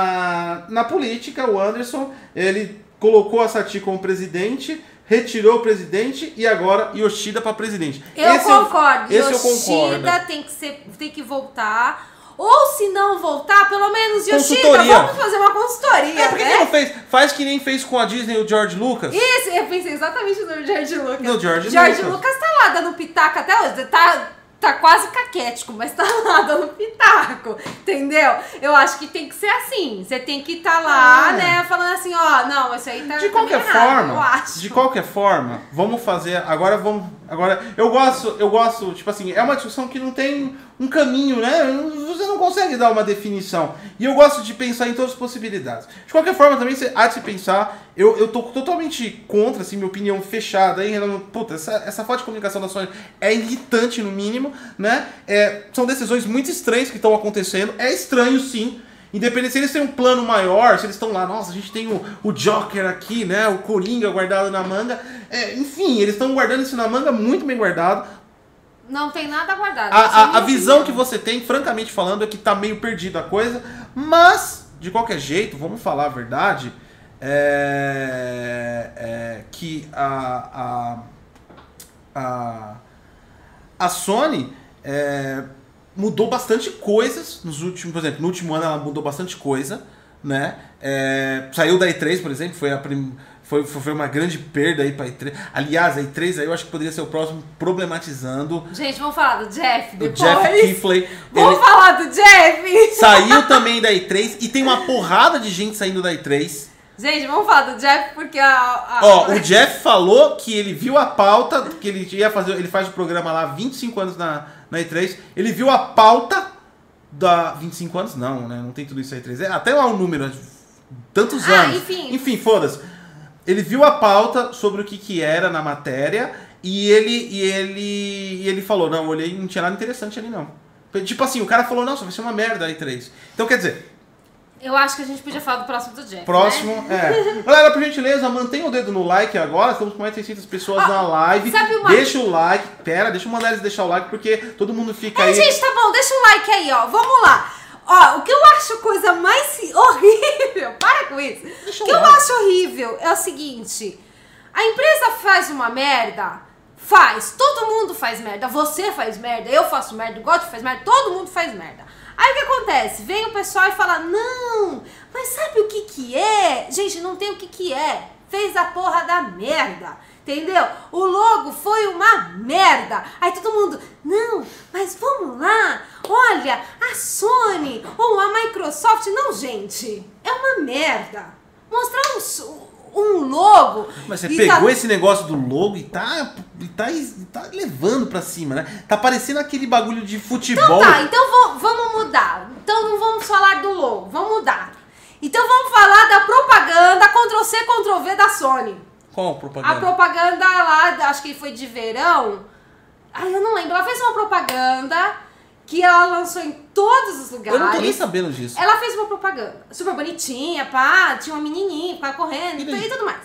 na, na política. O Anderson, ele colocou a Sati como presidente, retirou o presidente e agora Yoshida pra presidente. Eu Esse concordo. Eu, esse eu concordo. Yoshida tem que, ser, tem que voltar. Ou se não voltar, pelo menos Yoshida, Consultoria. vamos fazer uma consultoria, É, por que né? que não fez? Faz que nem fez com a Disney o George Lucas. Isso, eu pensei exatamente no George Lucas. No George George Lucas. Lucas tá lá dando pitaco até hoje. Tá, tá quase caquético, mas tá lá dando pitaco. Entendeu? Eu acho que tem que ser assim. Você tem que estar tá lá, É. né? Falando assim, ó, não, isso aí tá. De tá qualquer meio errado, eu forma, acho. de qualquer forma, vamos fazer. Agora vamos. Agora, eu gosto, eu gosto, tipo assim, é uma discussão que não tem um caminho, né? Você não consegue dar uma definição. E eu gosto de pensar em todas as possibilidades. De qualquer forma, também há de se pensar, eu, eu tô totalmente contra, assim, minha opinião fechada aí, puta, essa, essa falta de comunicação da Sony é irritante no mínimo, né? É, são decisões muito estranhas que estão acontecendo, é estranho sim. Independente se eles têm um plano maior, se eles estão lá, nossa, a gente tem o, o Joker aqui, né? O Coringa guardado na manga. É, enfim, eles estão guardando isso na manga muito bem guardado. Não tem nada guardado. A, a, a visão que você tem, francamente falando, é que tá meio perdida a coisa. Mas, de qualquer jeito, vamos falar a verdade, é, é que a, a, a, a Sony... É, mudou bastante coisas nos últimos, por exemplo, no último ano ela mudou bastante coisa, né? É, saiu da E três, por exemplo, foi, a prim, foi, foi uma grande perda aí pra E três. Aliás, a E três aí eu acho que poderia ser o próximo problematizando. Gente, vamos falar do Jeff depois. O Jeff Keighley. Vamos ele falar do Jeff! Saiu também da E três e tem uma porrada de gente saindo da E três. Gente, vamos falar do Jeff porque a... a... Ó, o Jeff falou que ele viu a pauta, que ele ia fazer, ele faz o programa lá há vinte e cinco anos na, na E três, ele viu a pauta da... vinte e cinco anos? Não, né? Não tem tudo isso na E três. É, até lá um número, tantos ah, anos. Enfim, enfim foda-se. Ele viu a pauta sobre o que, que era na matéria e ele, e ele, e ele falou, não, eu olhei e não tinha nada interessante ali não. Tipo assim, o cara falou, nossa, vai ser uma merda a E três. Então quer dizer... Eu acho que a gente podia falar do próximo do Jeff. Próximo, né? é. Galera, por gentileza, mantenha o dedo no like agora. Estamos com mais de seiscentas pessoas ah, na live. Sabe uma... Deixa o like. Pera, deixa eu mandar eles deixar o like, porque todo mundo fica é, aí. Gente, tá bom, deixa o like aí, ó. Vamos lá. Ó, o que eu acho coisa mais horrível. Para com isso. Deixa o que like. Eu acho horrível é o seguinte: a empresa faz uma merda. Faz. Todo mundo faz merda. Você faz merda. Eu faço merda. O God faz merda. Todo mundo faz merda. Aí o que acontece? Vem o pessoal e fala, não, mas sabe o que que é? Gente, não tem o que que é. Fez a porra da merda, entendeu? O logo foi uma merda. Aí todo mundo, não, mas vamos lá. Olha, a Sony ou a Microsoft, não, gente, é uma merda. Mostrar um... um logo. Mas você pegou tá... esse negócio do logo e tá, e tá, e tá levando pra cima, né? Tá parecendo aquele bagulho de futebol. Então tá, então vamos mudar. Então não vamos falar do logo, vamos mudar. Então vamos falar da propaganda Ctrl C, Ctrl V da Sony. Qual propaganda? A propaganda lá, acho que foi de verão. Ai, eu não lembro. Ela fez uma propaganda que ela lançou em todos os lugares. Eu não tô nem sabendo disso. Ela fez uma propaganda super bonitinha, pá, tinha uma menininha, ficava correndo e, e tudo mais.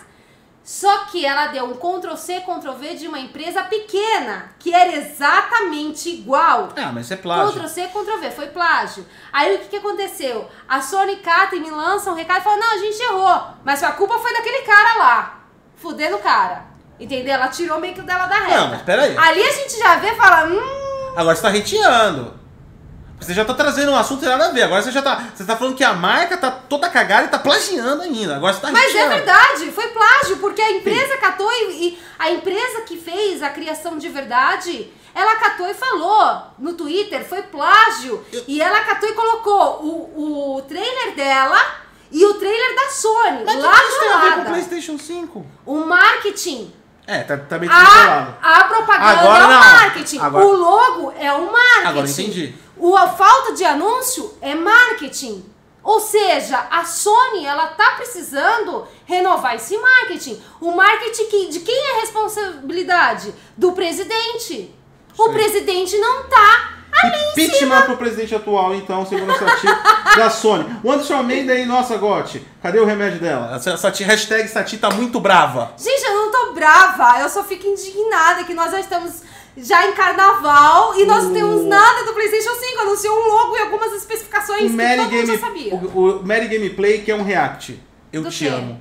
Só que ela deu um Ctrl C, Ctrl V de uma empresa pequena, que era exatamente igual. Ah, mas é plágio. Ctrl C, Ctrl V, foi plágio. Aí o que, que aconteceu? A Sony cata e me lança um recado e fala, não, a gente errou, mas a culpa foi daquele cara lá, fudendo o cara. Entendeu? Ela tirou meio que o dela da reta. Não, mas peraí. Ali a gente já vê e fala, hum... Agora você tá reteando. Você já tá trazendo um assunto que tem nada a ver. Agora você já tá. Você tá falando que a marca tá toda cagada e tá plagiando ainda. Agora você tá Mas reteando. é verdade, foi plágio, porque a empresa Sim. catou e, e a empresa que fez a criação de verdade, ela catou e falou no Twitter, foi plágio. Eu... E ela catou e colocou o, o trailer dela e o trailer da Sony. Mas lá que isso tem a ver com o lado. PlayStation cinco? O marketing. É, tá, tá bem descontrolado. A, a propaganda Agora é o não. marketing. Agora... O logo é o marketing. Agora entendi. O, a falta de anúncio é marketing. Ou seja, a Sony, ela tá precisando renovar esse marketing. O marketing que, de quem é a responsabilidade? Do presidente. O Sim. presidente não tá ali em Impeachment cima. pro presidente atual, então, segundo a Sati da Sony. O Anderson Almeida aí, nossa, Gotti, cadê o remédio dela? A Sati, hashtag Sati tá muito brava. Gente, eu não tô brava, eu só fico indignada que nós já estamos já em carnaval e nós não temos nada do PlayStation cinco, anunciou um logo e algumas especificações o que Mary todo Game, mundo já sabia. O, o Mary Gameplay, que é um react. Eu Do te quê? amo.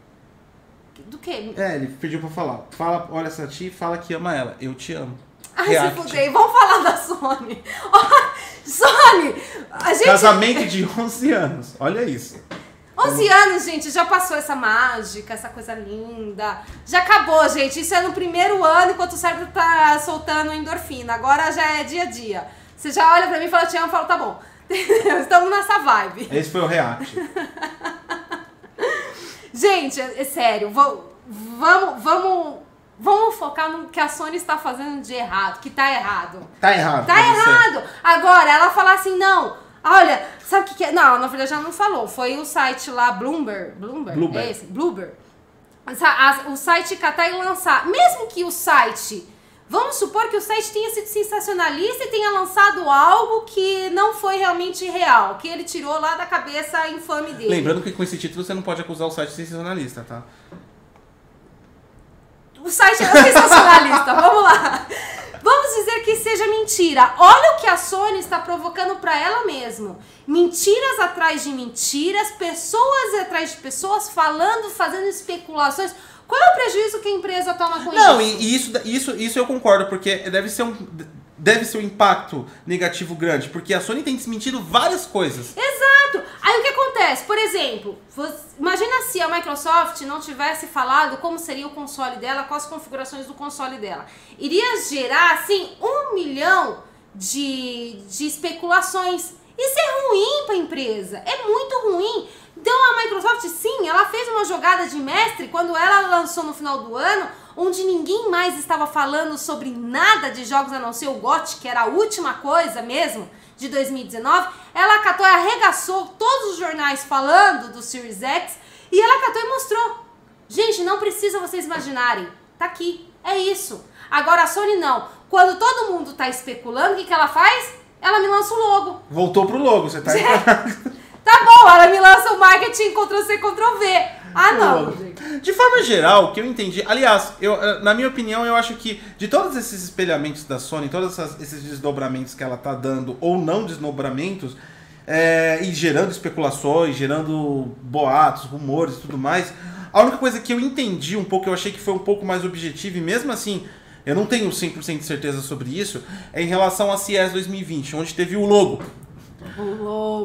Do quê? É, ele pediu pra falar. Fala, olha essa tia, fala que ama ela. Eu te amo. Ai, React. se fudei. Vamos falar da Sony. Sony! A gente... Casamento de onze anos. Olha isso. onze anos, gente, já passou essa mágica, essa coisa linda. Já acabou, gente. Isso é no primeiro ano, enquanto o cérebro tá soltando endorfina. Agora já é dia a dia. Você já olha pra mim e fala, te amo, eu falo, tá bom. Estamos nessa vibe. Esse foi o react. Gente, é, é sério, vamos, vamos, vamos, Vamos focar no que a Sony está fazendo de errado, que tá errado. Tá errado. Tá errado. Agora, ela falar assim, não, olha, sabe o que que é? Não, na verdade ela não falou. Foi o site lá, Bloomberg. Bloomberg? Bloomberg. É esse? Bloomberg. O site catar e lançar. Mesmo que o site... Vamos supor que o site tenha sido sensacionalista e tenha lançado algo que não foi realmente real, que ele tirou lá da cabeça infame dele. Lembrando que com esse título você não pode acusar o site de sensacionalista, tá? O site é sensacionalista, vamos lá. Vamos dizer que seja mentira. Olha o que a Sony está provocando para ela mesma. Mentiras atrás de mentiras, pessoas atrás de pessoas, falando, fazendo especulações. Qual é o prejuízo que a empresa toma com Não, isso? Não, e isso, isso, isso eu concordo, porque deve ser um... Deve ser um impacto negativo grande, porque a Sony tem desmentido várias coisas. Exato! Aí o que acontece? Por exemplo, você, imagina se a Microsoft não tivesse falado como seria o console dela, quais as configurações do console dela. Iria gerar, assim, um milhão de, de especulações. Isso é ruim para a empresa, é muito ruim. Então a Microsoft, sim, ela fez uma jogada de mestre quando ela lançou no final do ano, onde ninguém mais estava falando sobre nada de jogos a não ser o G O T, que era a última coisa mesmo, de dois mil e dezenove. Ela catou e arregaçou todos os jornais falando do Series X e ela catou e mostrou. Gente, não precisa vocês imaginarem, tá aqui, é isso. Agora a Sony não. Quando todo mundo tá especulando, o que, que ela faz? Ela me lança o logo. Voltou pro logo, você tá... Tá bom, ela me lança o marketing Ctrl-C, Ctrl-V. Ah, não, gente. De forma geral, o que eu entendi... Aliás, eu, na minha opinião, eu acho que de todos esses espelhamentos da Sony, todos essas, esses desdobramentos que ela tá dando, ou não desdobramentos, é, e gerando especulações, gerando boatos, rumores e tudo mais, a única coisa que eu entendi um pouco, eu achei que foi um pouco mais objetivo, e mesmo assim, eu não tenho cem por cento de certeza sobre isso, é em relação a C E S dois mil e vinte, onde teve o logo. O logo...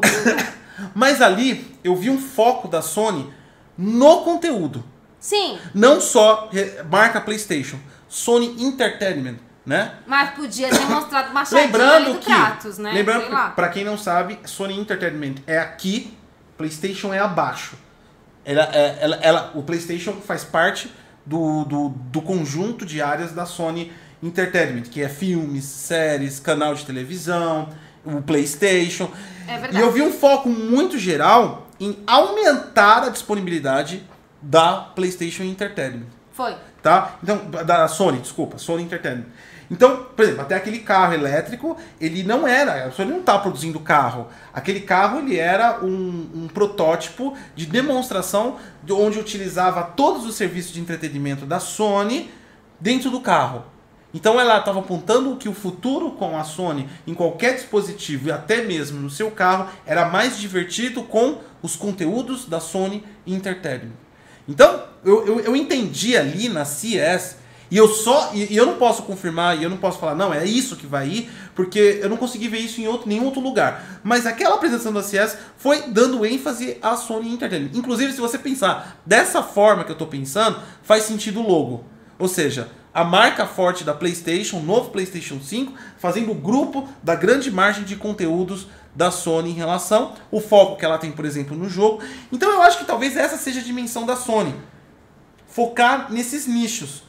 Mas ali eu vi um foco da Sony no conteúdo. Sim. Não só marca PlayStation, Sony Entertainment, né? Mas podia ter mostrado uma chadinha lembrando ali do que, Kratos, né? Lembrando Sei que, lá. pra quem não sabe, Sony Entertainment é aqui, PlayStation é abaixo. Ela, é, ela, ela, o PlayStation faz parte do, do, do conjunto de áreas da Sony Entertainment, que é filmes, séries, canal de televisão, o PlayStation. É verdade. E eu vi um foco muito geral em aumentar a disponibilidade da PlayStation Entertainment. Foi. Tá? Então, da Sony, desculpa, Sony Entertainment. Então, por exemplo, até aquele carro elétrico, ele não era, a Sony não está produzindo carro. Aquele carro, ele era um, um protótipo de demonstração de onde utilizava todos os serviços de entretenimento da Sony dentro do carro. Então ela estava apontando que o futuro com a Sony em qualquer dispositivo e até mesmo no seu carro era mais divertido com os conteúdos da Sony Entertainment. Então eu, eu, eu entendi ali na C E S e eu só e, e eu não posso confirmar e eu não posso falar não, é isso que vai ir, porque eu não consegui ver isso em outro, nenhum outro lugar. Mas aquela apresentação da C E S foi dando ênfase à Sony Entertainment. Inclusive, se você pensar dessa forma que eu estou pensando, faz sentido o logo. Ou seja, a marca forte da PlayStation, o novo PlayStation cinco, fazendo o grupo da grande margem de conteúdos da Sony em relação ao foco que ela tem, por exemplo, no jogo. Então eu acho que talvez essa seja a dimensão da Sony. Focar nesses nichos.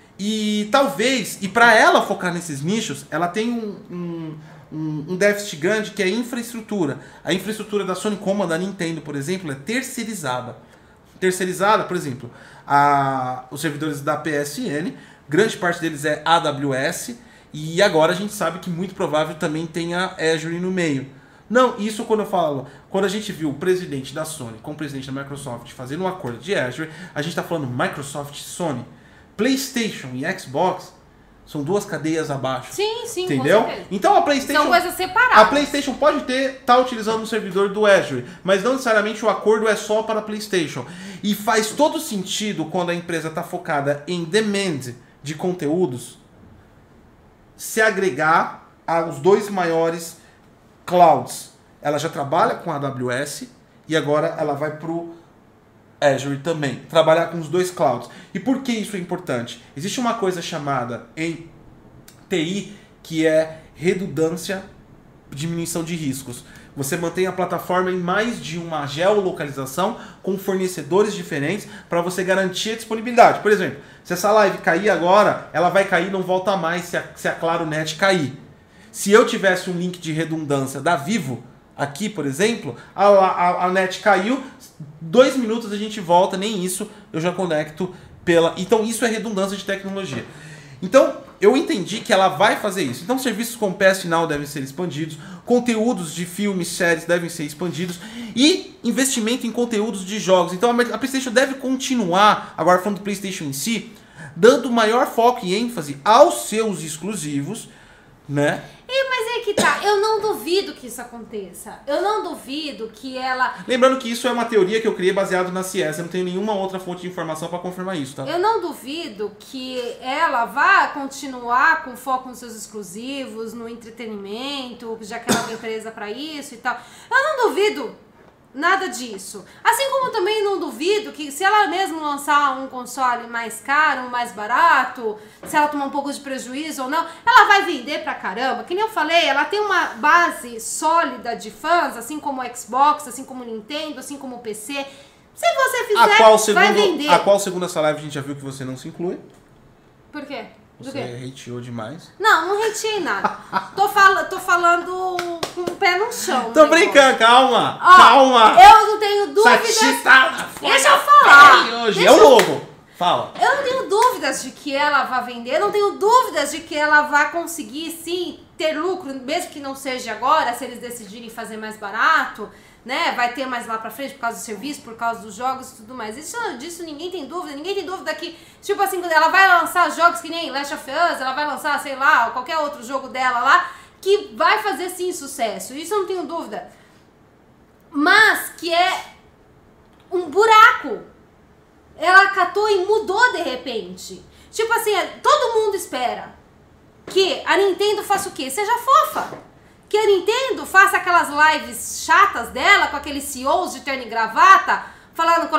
E talvez, e para ela focar nesses nichos, ela tem um, um, um, um déficit grande que é a infraestrutura. A infraestrutura da Sony, como a da Nintendo, por exemplo, é terceirizada. Terceirizada, por exemplo, a, os servidores da P S N, grande parte deles é A W S, e agora a gente sabe que muito provável também tenha Azure no meio. Não, isso quando eu falo, quando a gente viu o presidente da Sony com o presidente da Microsoft fazendo um acordo de Azure, a gente está falando Microsoft e Sony. PlayStation e Xbox são duas cadeias abaixo. Sim, sim, entendeu? Com certeza. Então a PlayStation, são coisas separadas. a PlayStation pode ter tá utilizando o servidor do Azure, mas não necessariamente o acordo é só para a PlayStation. E faz todo sentido quando a empresa está focada em demand de conteúdos se agregar aos dois maiores clouds. Ela já trabalha com a A W S e agora ela vai para o Azure também. Trabalhar com os dois clouds. E por que isso é importante? Existe uma coisa chamada em T I que é redundância, diminuição de riscos. Você mantém a plataforma em mais de uma geolocalização com fornecedores diferentes para você garantir a disponibilidade. Por exemplo, se essa live cair agora, ela vai cair e não volta mais se a, se a Claro Net cair. Se eu tivesse um link de redundância da Vivo, aqui, por exemplo, a, a, a net caiu, dois minutos a gente volta, nem isso eu já conecto pela... Então isso é redundância de tecnologia. Então eu entendi que ela vai fazer isso. Então serviços como P S Now devem ser expandidos, conteúdos de filmes, séries devem ser expandidos e investimento em conteúdos de jogos. Então a PlayStation deve continuar, agora falando do PlayStation em si, dando maior foco e ênfase aos seus exclusivos, né? E, mas é que tá, eu não duvido que isso aconteça. Eu não duvido que ela... Lembrando que isso é uma teoria que eu criei baseado na C S. Eu não tenho nenhuma outra fonte de informação para confirmar isso, tá? Eu não duvido que ela vá continuar com foco nos seus exclusivos, no entretenimento, já que ela é uma empresa para isso e tal. Eu não duvido nada disso. Assim como também não duvido que se ela mesmo lançar um console mais caro, mais barato, se ela tomar um pouco de prejuízo ou não, ela vai vender pra caramba. Que nem eu falei, ela tem uma base sólida de fãs, assim como o Xbox, assim como o Nintendo, assim como o P C. Se você fizer, a qual segundo, vai vender. A qual segundo essa live a gente já viu que você não se inclui? Por quê? Do Você quê? hateou demais. Não, não hateei nada. tô, fal tô falando com o pé no chão. Tô brincando, calma. Ó, calma. Eu não tenho dúvidas. Satista, Deixa eu falar. Hoje. Deixa É o eu... logo. Fala. Eu não tenho dúvidas de que ela vai vender. Eu não tenho dúvidas de que ela vai conseguir, sim, ter lucro, mesmo que não seja agora, se eles decidirem fazer mais barato, né? Vai ter mais lá pra frente por causa do serviço, por causa dos jogos e tudo mais. Isso, disso ninguém tem dúvida. Ninguém tem dúvida que, tipo assim, quando ela vai lançar jogos que nem Last of Us, ela vai lançar, sei lá, qualquer outro jogo dela lá, que vai fazer, sim, sucesso. Isso eu não tenho dúvida. Mas que é um buraco. Ela catou e mudou de repente. Tipo assim, todo mundo espera que a Nintendo faça o quê? Seja fofa. Que a Nintendo faça aquelas lives chatas dela, com aqueles C E Os de terno e gravata, falando...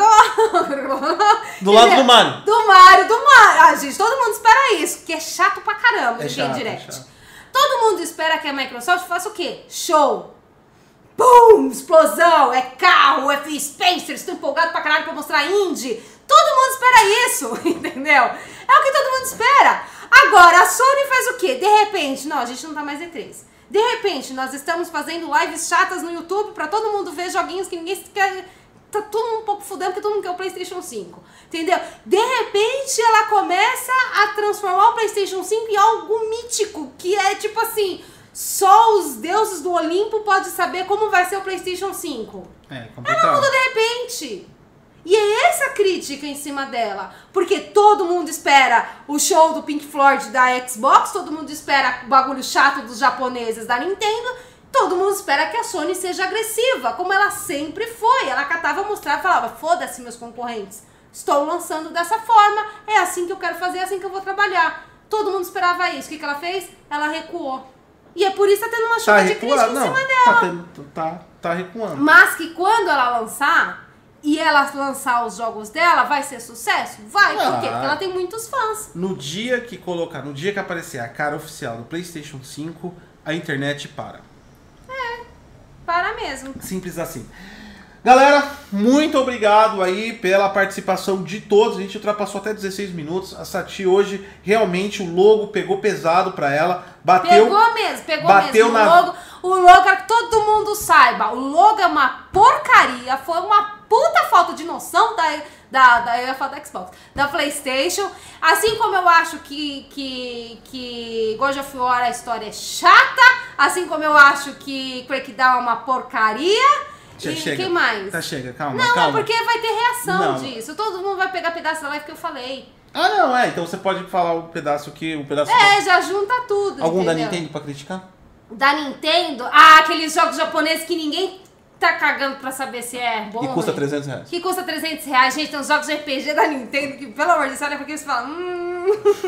Do lado do Mario. Do Mario, do Mario. Ah, gente, todo mundo espera isso, que é chato pra caramba, é de Game chato, Direct. É chato. Todo mundo espera que a Microsoft faça o quê? Show. Pum! Explosão, é carro, é Phil Spencer, estou empolgado pra caralho pra mostrar indie. Todo mundo espera isso, entendeu? É o que todo mundo espera. Agora, a Sony faz o quê? De repente, não, a gente não tá mais E três. De repente, nós estamos fazendo lives chatas no YouTube pra todo mundo ver joguinhos que ninguém quer... Tá todo mundo um pouco fudendo porque todo mundo quer o PlayStation cinco. Entendeu? De repente, ela começa a transformar o PlayStation cinco em algo mítico, que é tipo assim... Só os deuses do Olimpo podem saber como vai ser o PlayStation cinco. É complicado. Ela muda de repente. E é essa a crítica em cima dela. Porque todo mundo espera o show do Pink Floyd da Xbox, todo mundo espera o bagulho chato dos japoneses da Nintendo, todo mundo espera que a Sony seja agressiva, como ela sempre foi. Ela catava, mostrava e falava, foda-se meus concorrentes, estou lançando dessa forma, é assim que eu quero fazer, é assim que eu vou trabalhar. Todo mundo esperava isso. O que, que ela fez? Ela recuou. E é por isso que tá tendo uma chuva Tá de crítica em não, cima dela. Tá, tendo, tá, tá recuando. Mas que quando ela lançar, e ela lançar os jogos dela, vai ser sucesso? Vai, Ah. por quê? Porque ela tem muitos fãs. No dia que colocar, no dia que aparecer a cara oficial do PlayStation cinco, a internet para. Para mesmo. Simples assim. Galera, muito obrigado aí pela participação de todos. A gente ultrapassou até dezesseis minutos. A Sati hoje, realmente, o logo pegou pesado pra ela. Bateu. Pegou mesmo, pegou bateu mesmo. na- O logo, o logo, é que todo mundo saiba, o logo é uma porcaria, foi uma puta falta de noção da, da, da, eu ia falar da Xbox, da PlayStation. Assim como eu acho que, que, que God of War, a história é chata, assim como eu acho que Crackdown é uma porcaria. Já E chega. quem mais? Tá, chega, calma, Não, calma. é porque vai ter reação Não. disso. Todo mundo vai pegar pedaço da live que eu falei. Ah, não, é. Então você pode falar o pedaço que... O pedaço É, já junta tudo. Algum da entendeu? Nintendo pra criticar? Da Nintendo? Ah, aqueles jogos japoneses que ninguém tá cagando pra saber se é bom. E custa ruim. trezentos reais. Que custa trezentos reais. Gente, tem uns jogos de R P G da Nintendo que, pelo amor de Deus, olha pra aqui e você fala... Hum,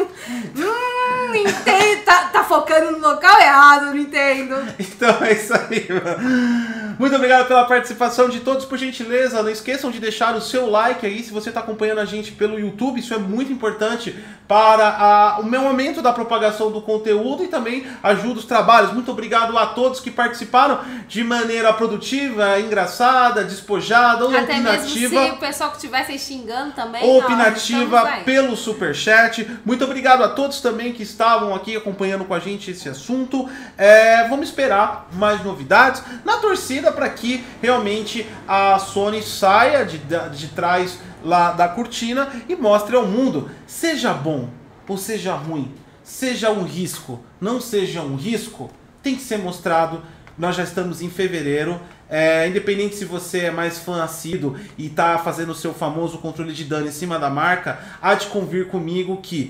hum, Nintendo tá, tá focando no local errado, Nintendo. Então é isso aí, mano. Muito obrigado pela participação de todos, por gentileza. Não esqueçam de deixar o seu like aí se você está acompanhando a gente pelo YouTube. Isso é muito importante para a, o meu aumento da propagação do conteúdo e também ajuda os trabalhos. Muito obrigado a todos que participaram de maneira produtiva, engraçada, despojada ou Até opinativa. Mesmo se o pessoal que estivesse xingando também. Ou não, opinativa pelo Superchat. Muito obrigado a todos também que estavam aqui acompanhando com a gente esse assunto. É, vamos esperar mais novidades na torcida para que realmente a Sony saia de, de trás lá da cortina e mostre ao mundo, seja bom ou seja ruim, seja um risco, não seja um risco, tem que ser mostrado. Nós já estamos em fevereiro, é, independente se você é mais fã assíduo e está fazendo o seu famoso controle de dano em cima da marca, há de convir comigo que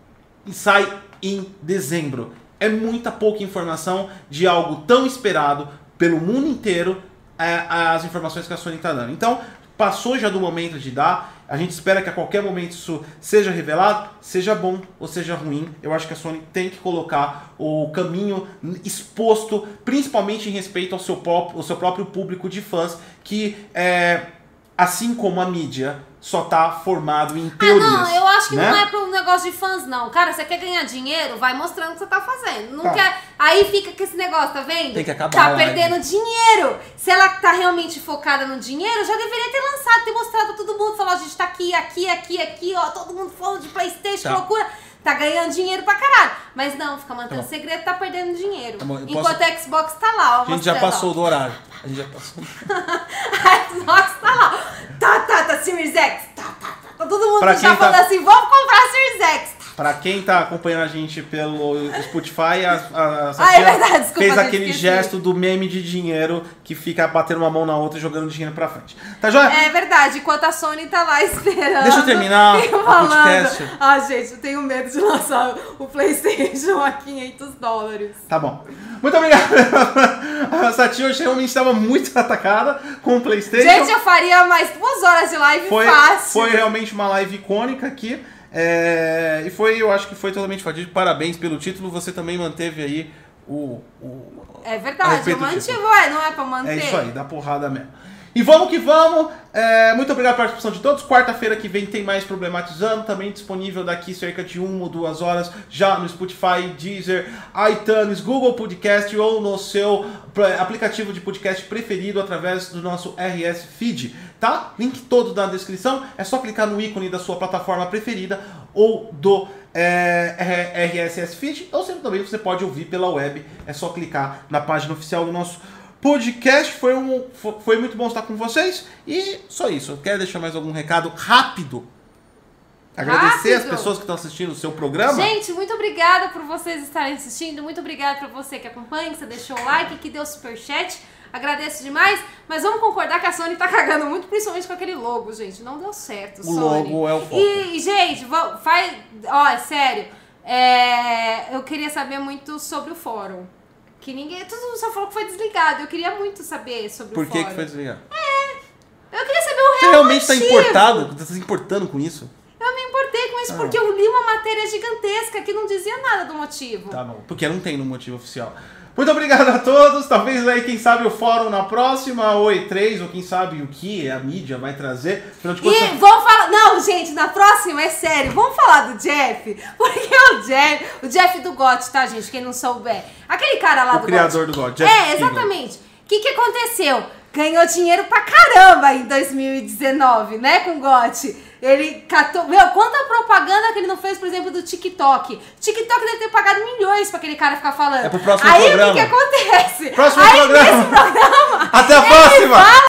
sai em dezembro. É muita pouca informação de algo tão esperado pelo mundo inteiro, é, as informações que a Sony está dando. Então, passou já do momento de dar, a gente espera que a qualquer momento isso seja revelado, seja bom ou seja ruim. Eu acho que a Sony tem que colocar o caminho exposto, principalmente em respeito ao seu próprio, ao seu próprio público de fãs, que, é, assim como a mídia, só tá formado em teorias. Ah, não, eu acho que né? não é pro negócio de fãs, não. Cara, você quer ganhar dinheiro, vai mostrando o que você tá fazendo. Não tá. quer... Aí fica com esse negócio, tá vendo? Tem que acabar Tá a live. perdendo dinheiro. Se ela tá realmente focada no dinheiro, já deveria ter lançado, ter mostrado pra todo mundo. Falar, a gente tá aqui, aqui, aqui, aqui, ó. Todo mundo falando de PlayStation, Tá. que loucura. Tá ganhando dinheiro pra caralho. Mas não, fica mantendo Tá bom. segredo, tá perdendo dinheiro. Tá bom, eu Enquanto posso- a Xbox tá lá, ó. A gente já mostrando, passou ó. do horário. A gente já passou. A Xbox tá lá. Tá, tá, tá, Series X. Tá, tá, tá. Tá todo mundo Pra já quem tá- falando assim, vamos comprar a Series X. Pra quem tá acompanhando a gente pelo Spotify, a, a, a Ah, é verdade, desculpa, fez eu aquele esqueci. gesto do meme de dinheiro que fica batendo uma mão na outra e jogando dinheiro pra frente. Tá joia? É verdade, enquanto a Sony tá lá esperando. Deixa eu terminar e o falando, podcast. Ah, gente, eu tenho medo de lançar o PlayStation a quinhentos dólares. Tá bom. Muito obrigado. A Satinho realmente estava muito atacada com o PlayStation. Gente, eu faria mais duas horas de live foi, fácil. foi realmente uma live icônica aqui. É, e foi, eu acho que foi totalmente fatídico. Parabéns pelo título. Você também manteve aí o. o É a verdade, respeito eu do mantive, título. ué, não é pra manter. É isso aí, dá porrada mesmo. E vamos que vamos. É, muito obrigado pela participação de todos. Quarta-feira que vem tem mais Problematizando. Também disponível daqui cerca de uma ou duas horas já no Spotify, Deezer, iTunes, Google Podcast ou no seu aplicativo de podcast preferido através do nosso R S Feed. Tá? Link todo na descrição. É só clicar no ícone da sua plataforma preferida ou do é, R S S Feed. Ou sempre também você pode ouvir pela web. É só clicar na página oficial do nosso podcast. Foi, um, foi muito bom estar com vocês. E só isso. Eu quero deixar mais algum recado rápido. Agradecer Rápido. as pessoas que estão assistindo o seu programa. Gente, muito obrigada por vocês estarem assistindo. Muito obrigada pra você que acompanha, que você deixou o like, que deu superchat. Agradeço demais. Mas vamos concordar que a Sony tá cagando muito, principalmente com aquele logo, gente. Não deu certo, O Sony. logo é o foco. E, e, gente, va- faz... Ó, é sério. É, eu queria saber muito sobre o fórum. Que ninguém... Todo mundo só falou que foi desligado. Eu queria muito saber sobre Por o que fórum. que foi desligado? Eu queria saber o Você real realmente está motivo. importado? Você está se importando com isso? Eu me importei com isso Ah. porque eu li uma matéria gigantesca que não dizia nada do motivo. Tá bom. Porque não tem no motivo oficial. Muito obrigado a todos. Talvez aí, quem sabe, o fórum na próxima, ou E três, ou quem sabe o que a mídia vai trazer. Afinal de contas, E vamos falar... Não, gente, na próxima, é sério, vamos falar do Jeff. Porque o Jeff... O Jeff do G O T, tá, gente? Quem não souber. Aquele cara lá o do criador G O do T. G O T, Jeff É, Keighley. exatamente. O que que aconteceu? Ganhou dinheiro pra caramba em dois mil e dezenove, né, com o G O T. Ele catou... Meu, quanta propaganda que ele não fez, por exemplo, do TikTok. TikTok deve ter pagado milhões pra aquele cara ficar falando. É pro próximo Aí, programa. o que que acontece? Próximo Aí, programa. nesse programa... Até a ele próxima! fala